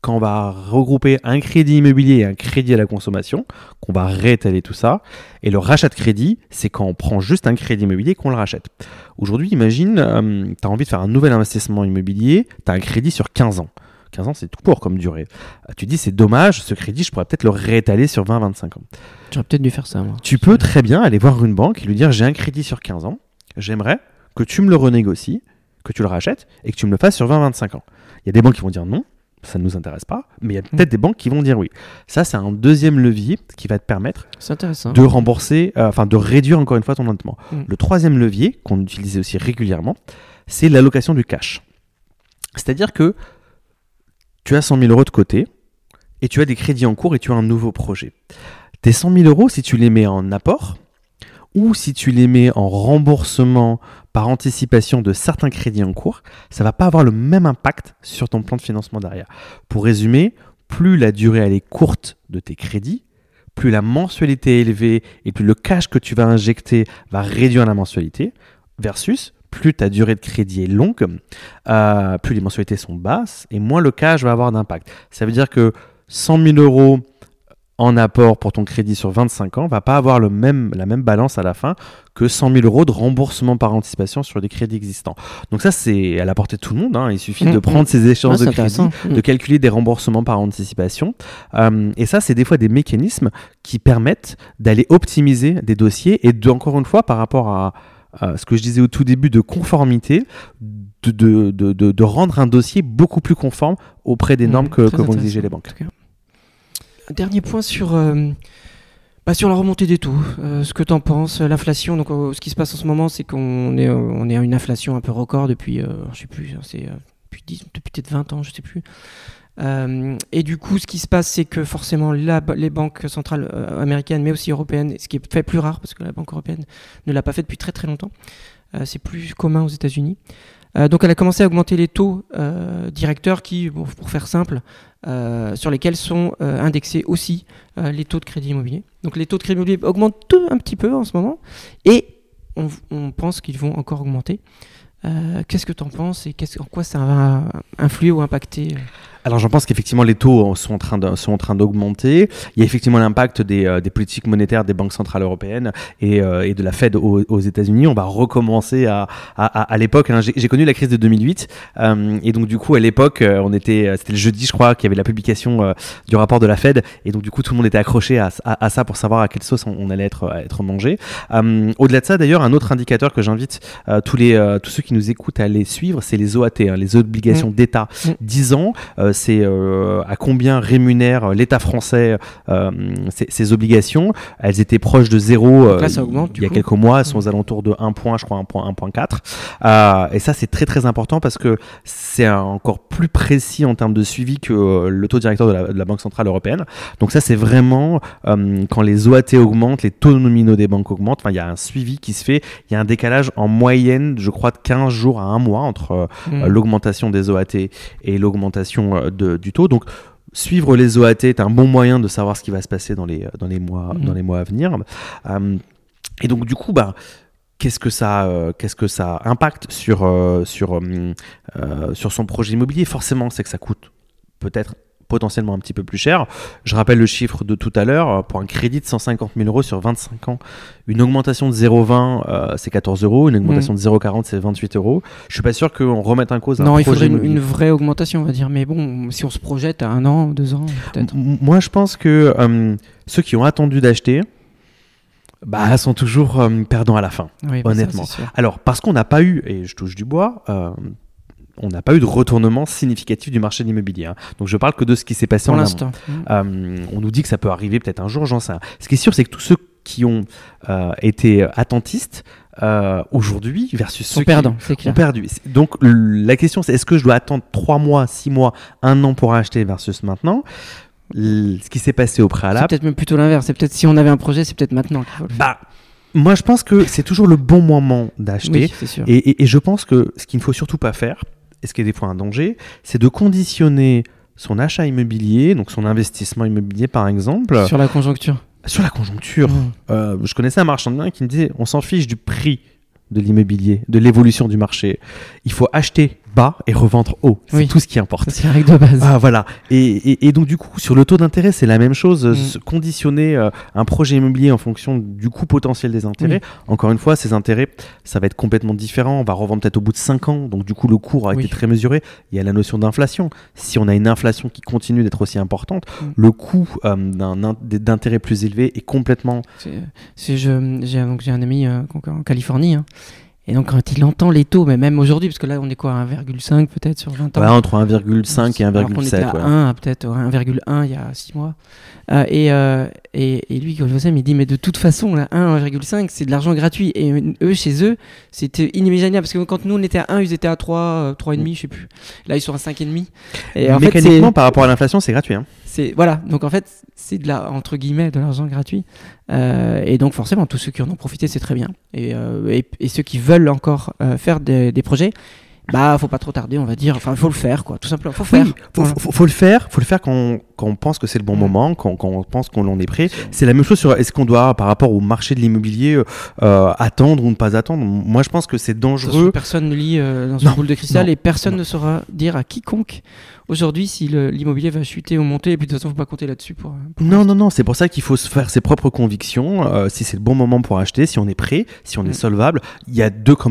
quand on va regrouper un crédit immobilier et un crédit à la consommation, qu'on va réétaler tout ça. Et le rachat de crédit, c'est quand on prend juste un crédit immobilier et qu'on le rachète. Aujourd'hui, imagine, tu as envie de faire un nouvel investissement immobilier, tu as un crédit sur 15 ans. 15 ans, c'est tout court comme durée. Tu dis, c'est dommage, ce crédit, je pourrais peut-être le réétaler sur 20-25 ans. J'aurais peut-être dû faire ça, moi. Tu peux très bien aller voir une banque et lui dire, j'ai un crédit sur 15 ans, j'aimerais que tu me le renégocies, que tu le rachètes et que tu me le fasses sur 20-25 ans. Il y a des banques qui vont dire non, ça ne nous intéresse pas, mais il y a peut-être des banques qui vont dire oui. Ça, c'est un deuxième levier qui va te permettre de rembourser, de réduire encore une fois ton endettement. Le troisième levier, qu'on utilisait aussi régulièrement, c'est l'allocation du cash. C'est-à-dire que tu as 100 000 euros de côté et tu as des crédits en cours et tu as un nouveau projet. Tes 100 000 euros, si tu les mets en apport ou si tu les mets en remboursement par anticipation de certains crédits en cours, ça ne va pas avoir le même impact sur ton plan de financement derrière. Pour résumer, plus la durée elle est courte de tes crédits, plus la mensualité est élevée et plus le cash que tu vas injecter va réduire la mensualité, versus plus ta durée de crédit est longue, plus les mensualités sont basses et moins le cash va avoir d'impact. Ça veut dire que 100 000 euros en apport pour ton crédit sur 25 ans va pas avoir la même balance à la fin que 100 000 euros de remboursement par anticipation sur des crédits existants. Donc ça, c'est à la portée de tout le monde. Il suffit de prendre ces échéances de crédit, de calculer des remboursements par anticipation. Et ça, c'est des fois des mécanismes qui permettent d'aller optimiser des dossiers et encore une fois, par rapport à ce que je disais au tout début de conformité, de rendre un dossier beaucoup plus conforme auprès des normes que vont exiger les banques. Dernier point sur la remontée des taux. Ce que tu en penses, l'inflation. Donc, ce qui se passe en ce moment, c'est qu'on est à une inflation un peu record depuis, je sais plus, depuis peut-être 20 ans, je sais plus. Et du coup, ce qui se passe, c'est que forcément, les banques centrales américaines, mais aussi européennes, ce qui est fait plus rare, parce que la Banque européenne ne l'a pas fait depuis très très longtemps, c'est plus commun aux États-Unis. Donc, elle a commencé à augmenter les taux directeurs qui, pour faire simple, sur lesquels sont indexés aussi les taux de crédit immobilier. Donc, les taux de crédit immobilier augmentent un petit peu en ce moment, et on pense qu'ils vont encore augmenter. Qu'est-ce que tu en penses et en quoi ça va influer ou impacter Alors j'en pense qu'effectivement les taux sont en train d'augmenter. Il y a effectivement l'impact des politiques monétaires des banques centrales européennes et de la Fed aux États-Unis. On va recommencer à l'époque. J'ai connu la crise de 2008 et donc du coup à l'époque c'était le jeudi je crois qu'il y avait la publication du rapport de la Fed et donc du coup tout le monde était accroché à ça pour savoir à quelle sauce on allait être mangé. Au-delà de ça d'ailleurs un autre indicateur que j'invite tous ceux qui nous écoutent à aller suivre, c'est les OAT, les obligations d'État. 10 ans, c'est à combien rémunère l'État français ces obligations. Elles étaient proches de zéro là, ça augmente, il y a quelques mois, elles sont aux alentours de 1 point, je crois 1.4. Et ça, c'est très très important parce que c'est encore plus précis en termes de suivi que le taux directeur de la Banque Centrale Européenne. Donc ça, c'est vraiment quand les OAT augmentent, les taux nominaux des banques augmentent, il y a un suivi qui se fait. Il y a un décalage en moyenne, je crois, de 15 jours à 1 mois entre l'augmentation des OAT et l'augmentation du taux. Donc, suivre les OAT est un bon moyen de savoir ce qui va se passer dans les mois à venir. Et donc, du coup, qu'est-ce que ça impacte sur son projet immobilier ? Forcément, c'est que ça coûte peut-être potentiellement un petit peu plus cher. Je rappelle le chiffre de tout à l'heure, pour un crédit de 150 000 euros sur 25 ans, une augmentation de 0,20 c'est 14 euros, une augmentation de 0,40 c'est 28 euros. Je suis pas sûr qu'on remette en cause un projet. Non, il faudrait une vraie augmentation, on va dire. Mais bon, si on se projette à 1 an, 2 ans, peut-être. Moi, je pense que ceux qui ont attendu d'acheter, sont toujours perdants à la fin, honnêtement. Ça, alors, parce qu'on n'a pas eu, et je touche du bois, on n'a pas eu de retournement significatif du marché de l'immobilier. Donc, je parle que de ce qui s'est passé en l'instant. On nous dit que ça peut arriver peut-être un jour, j'en sais rien. Ce qui est sûr, c'est que tous ceux qui ont été attentistes aujourd'hui versus ceux qui ont perdu. Donc, la question, c'est est-ce que je dois attendre 3 mois, 6 mois, 1 an pour acheter versus maintenant ? Ce qui s'est passé au préalable. C'est peut-être même plutôt l'inverse. C'est peut-être si on avait un projet, c'est peut-être maintenant qu'il faut le faire. Moi, je pense que c'est toujours le bon moment d'acheter. Oui, c'est sûr. Et je pense que ce qu'il ne faut surtout pas faire, et ce qui est des fois un danger, c'est de conditionner son achat immobilier, donc son investissement immobilier par exemple. Sur la conjoncture. Sur la conjoncture. Je connaissais un marchand de biens qui me disait on s'en fiche du prix de l'immobilier, de l'évolution du marché. Il faut acheter bas et revendre haut. C'est Oui. tout ce qui importe. Ça, c'est la règle de base. Ah, voilà. Et donc, du coup, sur le taux d'intérêt, c'est la même chose. Conditionner un projet immobilier en fonction du coût potentiel des intérêts. Encore une fois, ces intérêts, ça va être complètement différent. On va revendre peut-être au bout de 5 ans. Donc, du coup, le cours a été très mesuré. Il y a la notion d'inflation. Si on a une inflation qui continue d'être aussi importante, le coût d'intérêt plus élevé est complètement... J'ai un ami en Californie, hein. Et donc quand il entend les taux, mais même aujourd'hui, parce que là on est quoi, à 1,5 peut-être sur 20 ans. Ouais, entre 1,5 et 1,7. Alors qu'on était à 1, peut-être 1,1 il y a 6 mois. Et lui, quand je vois ça, il me dit, mais de toute façon, là, 1,5, c'est de l'argent gratuit. Et eux, chez eux, c'était inimaginable. Parce que quand nous, on était à 1, ils étaient à 3, 3,5, je sais plus. Là, ils sont à 5,5. Et en mécaniquement, par rapport à l'inflation, c'est gratuit. Hein. Voilà, donc en fait, c'est entre guillemets, de l'argent gratuit. Et donc forcément, tous ceux qui en ont profité, c'est très bien. Et ceux qui veulent encore faire des projets, faut pas trop tarder, on va dire. Enfin, il faut le faire, quoi, tout simplement. Faut faire. Faut le faire quand on pense que c'est le bon moment, quand on pense qu'on en est prêt. C'est la même chose sur est-ce qu'on doit, par rapport au marché de l'immobilier, attendre ou ne pas attendre. Moi, je pense que c'est dangereux. Personne ne lit dans une boule de cristal et personne ne saura dire à quiconque aujourd'hui si l'immobilier va chuter ou monter. Et puis de toute façon, faut pas compter là-dessus pour Non. C'est pour ça qu'il faut se faire ses propres convictions. Si c'est le bon moment pour acheter, si on est prêt, si on est solvable, il y a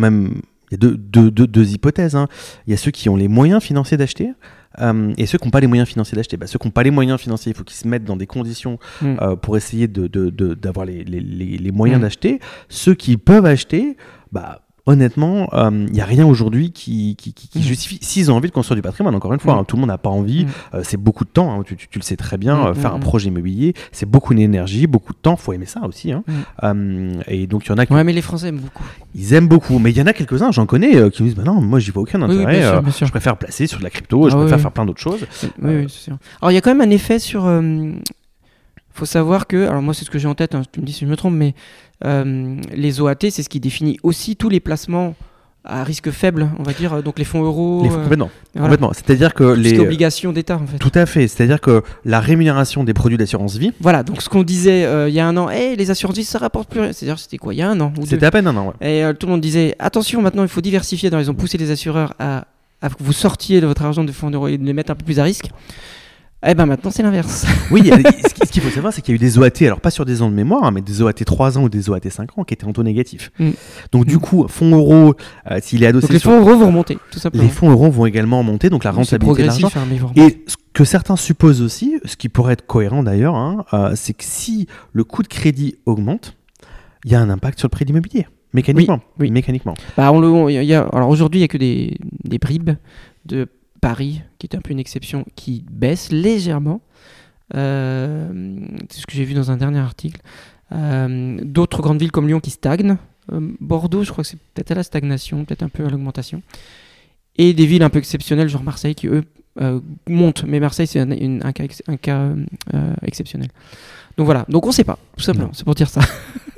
deux hypothèses. Hein. Il y a ceux qui ont les moyens financiers d'acheter et ceux qui n'ont pas les moyens financiers d'acheter. Ceux qui n'ont pas les moyens financiers, il faut qu'ils se mettent dans des conditions pour essayer d'avoir les moyens d'acheter. Ceux qui peuvent acheter, honnêtement, il n'y a rien aujourd'hui qui justifie. S'ils ont envie de construire du patrimoine, encore une fois, tout le monde n'a pas envie. C'est beaucoup de temps, hein, tu le sais très bien. Faire un projet immobilier, c'est beaucoup d'énergie, beaucoup de temps. Il faut aimer ça aussi. Hein. Et donc, il y en a qui... Ouais, mais les Français aiment beaucoup. Ils aiment beaucoup. Mais il y en a quelques-uns, j'en connais, qui me disent non, moi, j'y vois aucun intérêt. Bien sûr. Je préfère placer sur de la crypto, je préfère faire plein d'autres choses. Oui, c'est sûr. Alors, il y a quand même un effet sur... faut savoir que... Alors, moi, c'est ce que j'ai en tête, hein, tu me dis si je me trompe, mais... les OAT, c'est ce qui définit aussi tous les placements à risque faible, on va dire, donc les fonds euros. Complètement. C'est-à-dire que les obligations d'État, en fait. Tout à fait. C'est-à-dire que la rémunération des produits d'assurance vie. Voilà. Donc ce qu'on disait il y a un an, les assurances vie, ça rapporte plus rien. C'est-à-dire c'était quoi, il y a un an ou C'était deux. À peine un an. Ouais. Et tout le monde disait attention, maintenant il faut diversifier. Ils ont poussé les assureurs à que vous sortiez de votre argent de fonds euros et de les mettre un peu plus à risque. Maintenant c'est l'inverse. Oui, ce qu'il faut savoir, c'est qu'il y a eu des OAT, alors pas sur des ans de mémoire, hein, mais des OAT 3 ans ou des OAT 5 ans qui étaient en taux négatif. Donc du coup, fonds euros, s'il est adossé donc les fonds euros vont remonter, tout simplement. Les fonds euros vont également monter, donc la rentabilité de l'argent. Et ce que certains supposent aussi, ce qui pourrait être cohérent d'ailleurs, hein, c'est que si le coût de crédit augmente, il y a un impact sur le prix de l'immobilier. Mécaniquement. Oui. Mécaniquement. Alors aujourd'hui, il n'y a que des bribes de Paris, qui est un peu une exception, qui baisse légèrement. C'est ce que j'ai vu dans un dernier article. D'autres grandes villes comme Lyon qui stagnent. Bordeaux, je crois que c'est peut-être à la stagnation, peut-être un peu à l'augmentation. Et des villes un peu exceptionnelles, genre Marseille, qui eux montent. Mais Marseille, c'est un cas exceptionnel. Donc voilà, donc on ne sait pas, tout simplement. C'est pour dire ça.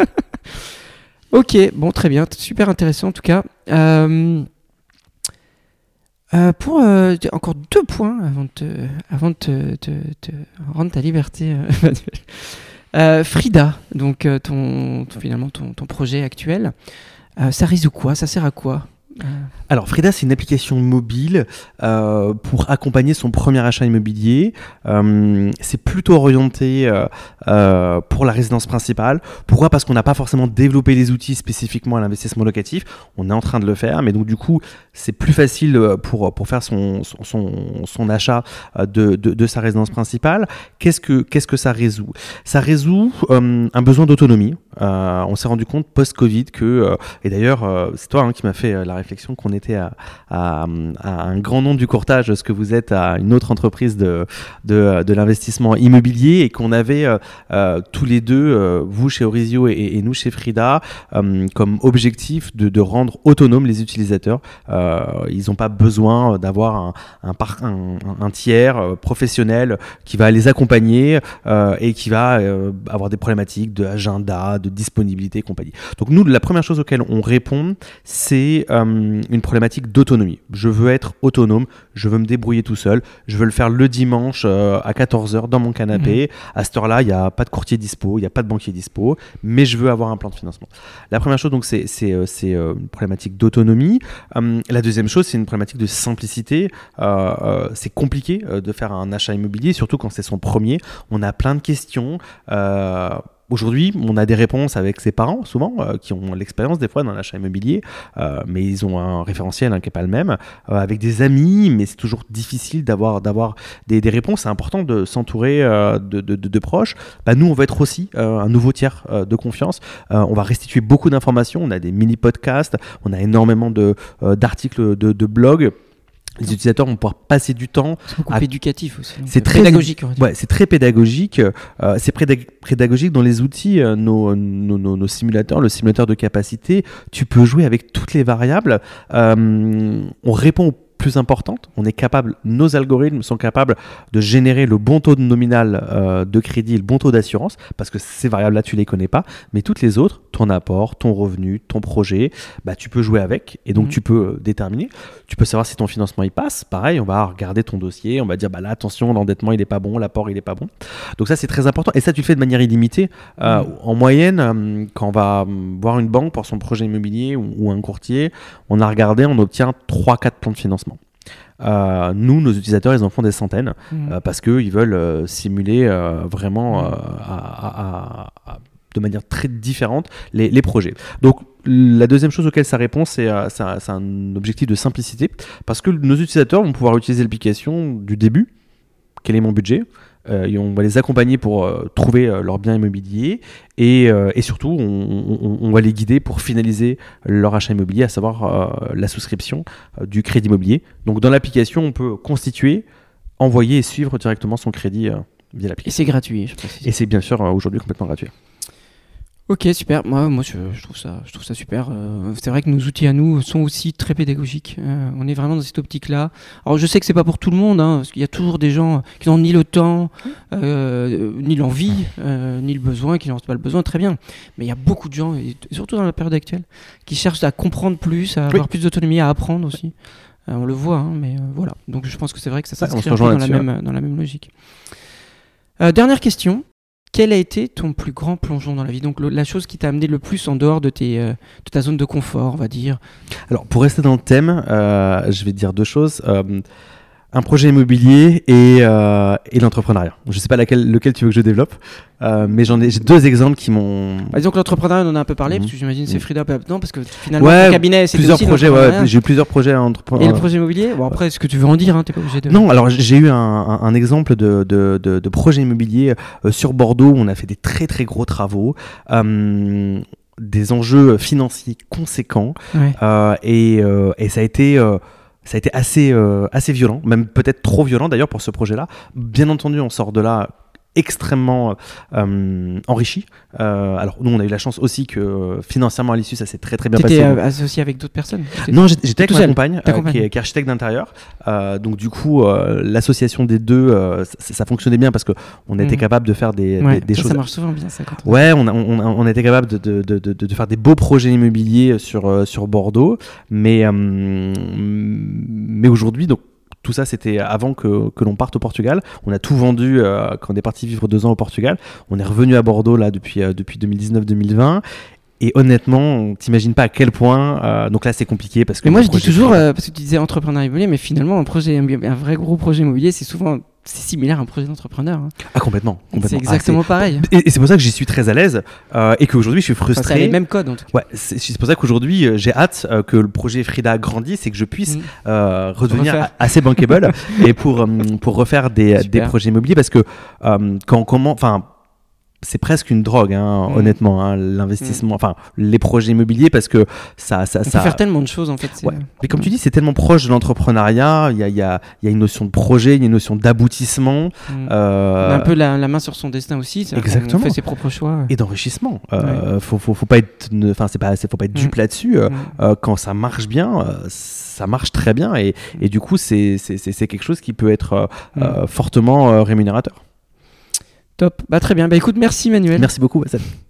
Ok, bon, très bien, super intéressant en tout cas. Pour encore 2 points avant de te rendre ta liberté, Frida, donc finalement ton projet actuel, ça résout quoi? Ça sert à quoi? Alors Frida, c'est une application mobile pour accompagner son premier achat immobilier. C'est plutôt orienté pour la résidence principale. Pourquoi ? Parce qu'on n'a pas forcément développé les outils spécifiquement à l'investissement locatif. On est en train de le faire, mais donc du coup, c'est plus facile pour faire son achat de sa résidence principale. Qu'est-ce que ça résout ? Ça résout un besoin d'autonomie. On s'est rendu compte post-Covid que, et d'ailleurs, c'est toi qui m'as fait la réflexion qu'on était à un grand nom du courtage, ce que vous êtes à une autre entreprise de l'investissement immobilier, et qu'on avait tous les deux, vous chez Orizio et nous chez Frida, comme objectif de rendre autonomes les utilisateurs. Ils n'ont pas besoin d'avoir un tiers professionnel qui va les accompagner et qui va avoir des problématiques de agenda, de disponibilité et compagnie. Donc nous, la première chose auquel on répond, c'est une problématique d'autonomie. Je veux être autonome, je veux me débrouiller tout seul, je veux le faire le dimanche à 14h dans mon canapé. À cette heure-là, il n'y a pas de courtier dispo, il n'y a pas de banquier dispo, mais je veux avoir un plan de financement. La première chose, donc, c'est une problématique d'autonomie. La deuxième chose, c'est une problématique de simplicité. C'est compliqué de faire un achat immobilier, surtout quand c'est son premier. On a plein de questions. Aujourd'hui, on a des réponses avec ses parents, souvent, qui ont l'expérience des fois dans l'achat immobilier, mais ils ont un référentiel qui n'est pas le même. Avec des amis, mais c'est toujours difficile d'avoir des réponses. C'est important de s'entourer de proches. Nous, on va être aussi un nouveau tiers de confiance. On va restituer beaucoup d'informations. On a des mini-podcasts, on a énormément d'articles de blogs. Les utilisateurs vont pouvoir passer du temps. C'est beaucoup éducatif aussi. C'est très pédagogique. Ouais, c'est très pédagogique. C'est pédagogique dans les outils, nos simulateurs, le simulateur de capacité. Tu peux jouer avec toutes les variables. On répond aux plus importantes. Nos algorithmes sont capables de générer le bon taux de nominal de crédit, le bon taux d'assurance, parce que ces variables-là, tu les connais pas. Mais toutes les autres, ton apport, ton revenu, ton projet, tu peux jouer avec et donc tu peux déterminer. Tu peux savoir si ton financement il passe. Pareil, on va regarder ton dossier, on va dire là attention, l'endettement il est pas bon, l'apport il est pas bon. Donc ça c'est très important et ça tu le fais de manière illimitée. En moyenne, quand on va voir une banque pour son projet immobilier ou un courtier, on a regardé, on obtient 3-4 plans de financement. Nous, nos utilisateurs, ils en font des centaines parce qu'ils veulent simuler vraiment de manière très différente les projets. Donc, la deuxième chose auquel ça répond, c'est un objectif de simplicité parce que nos utilisateurs vont pouvoir utiliser l'application du début. Quel est mon budget ? Et on va les accompagner pour trouver leur bien immobilier et surtout on va les guider pour finaliser leur achat immobilier, à savoir la souscription du crédit immobilier. Donc dans l'application, on peut constituer, envoyer et suivre directement son crédit via l'application. Et c'est gratuit, je précise. Et c'est bien sûr aujourd'hui complètement gratuit. Ok, super. Moi je trouve ça super. C'est vrai que nos outils à nous sont aussi très pédagogiques. On est vraiment dans cette optique-là. Alors je sais que c'est pas pour tout le monde, parce qu'il y a toujours des gens qui n'ont ni le temps, ni l'envie, ni le besoin, qui n'ont pas le besoin. Très bien. Mais il y a beaucoup de gens, et surtout dans la période actuelle, qui cherchent à comprendre plus, à avoir plus d'autonomie, à apprendre aussi. On le voit, mais voilà. Donc je pense que c'est vrai que ça s'inscrit dans la même logique. Dernière question. Quel a été ton plus grand plongeon dans la vie ? Donc la chose qui t'a amené le plus en dehors de ta zone de confort, on va dire. Alors pour rester dans le thème, je vais te dire deux choses. Un projet immobilier et l'entrepreneuriat. Je ne sais pas lequel tu veux que je développe, mais j'ai deux exemples qui m'ont... Disons que l'entrepreneuriat, on en a un peu parlé, parce que j'imagine que c'est Frida non, parce que finalement, ton cabinet, c'est plusieurs projets, j'ai eu plusieurs projets à entreprendre. Et le projet immobilier ? Bon, après, est-ce que tu veux en dire ? T'es pas obligé de... Non, alors j'ai eu un exemple de projet immobilier sur Bordeaux où on a fait des très très gros travaux. Des enjeux financiers conséquents et ça a été assez violent, même peut-être trop violent d'ailleurs pour ce projet-là. Bien entendu, on sort de là extrêmement enrichi. Alors nous, on a eu la chance aussi que financièrement à l'issue, ça s'est très très bien passé. T'étais associé avec d'autres personnes ? Non, j'étais avec ma compagne qui est architecte d'intérieur. Donc du coup, l'association des deux, ça fonctionnait bien parce qu'on était capable de faire des choses. Ça marche souvent bien ça. On était capable de faire des beaux projets immobiliers sur Bordeaux, mais aujourd'hui, donc tout ça, c'était avant que l'on parte au Portugal. On a tout vendu quand on est parti vivre 2 ans au Portugal. On est revenu à Bordeaux là depuis 2019-2020. Et honnêtement, on t'imagine pas à quel point. Donc là, c'est compliqué parce que. Mais moi, je dis toujours, parce que tu disais entrepreneur immobilier, mais finalement, un vrai gros projet immobilier, c'est similaire à un projet d'entrepreneur. Ah, complètement. C'est exactement pareil. Et c'est pour ça que j'y suis très à l'aise et qu'aujourd'hui, je suis frustré. C'est les mêmes codes, en tout cas. Ouais, c'est pour ça qu'aujourd'hui, j'ai hâte que le projet Frida grandisse et que je puisse redevenir assez bankable et pour refaire des projets immobiliers parce que c'est presque une drogue, honnêtement, l'investissement, enfin les projets immobiliers, parce que ça peut faire tellement de choses en fait. Mais comme tu dis, c'est tellement proche de l'entrepreneuriat. Il y a une notion de projet, il y a une notion d'aboutissement. On a un peu la main sur son destin aussi. Exactement. On fait ses propres choix et d'enrichissement. Faut pas être, faut pas être dupe là-dessus. Quand ça marche bien, ça marche très bien et du coup c'est quelque chose qui peut être fortement rémunérateur. Top. Très bien. Écoute, merci Manuel. Merci beaucoup, Wassem.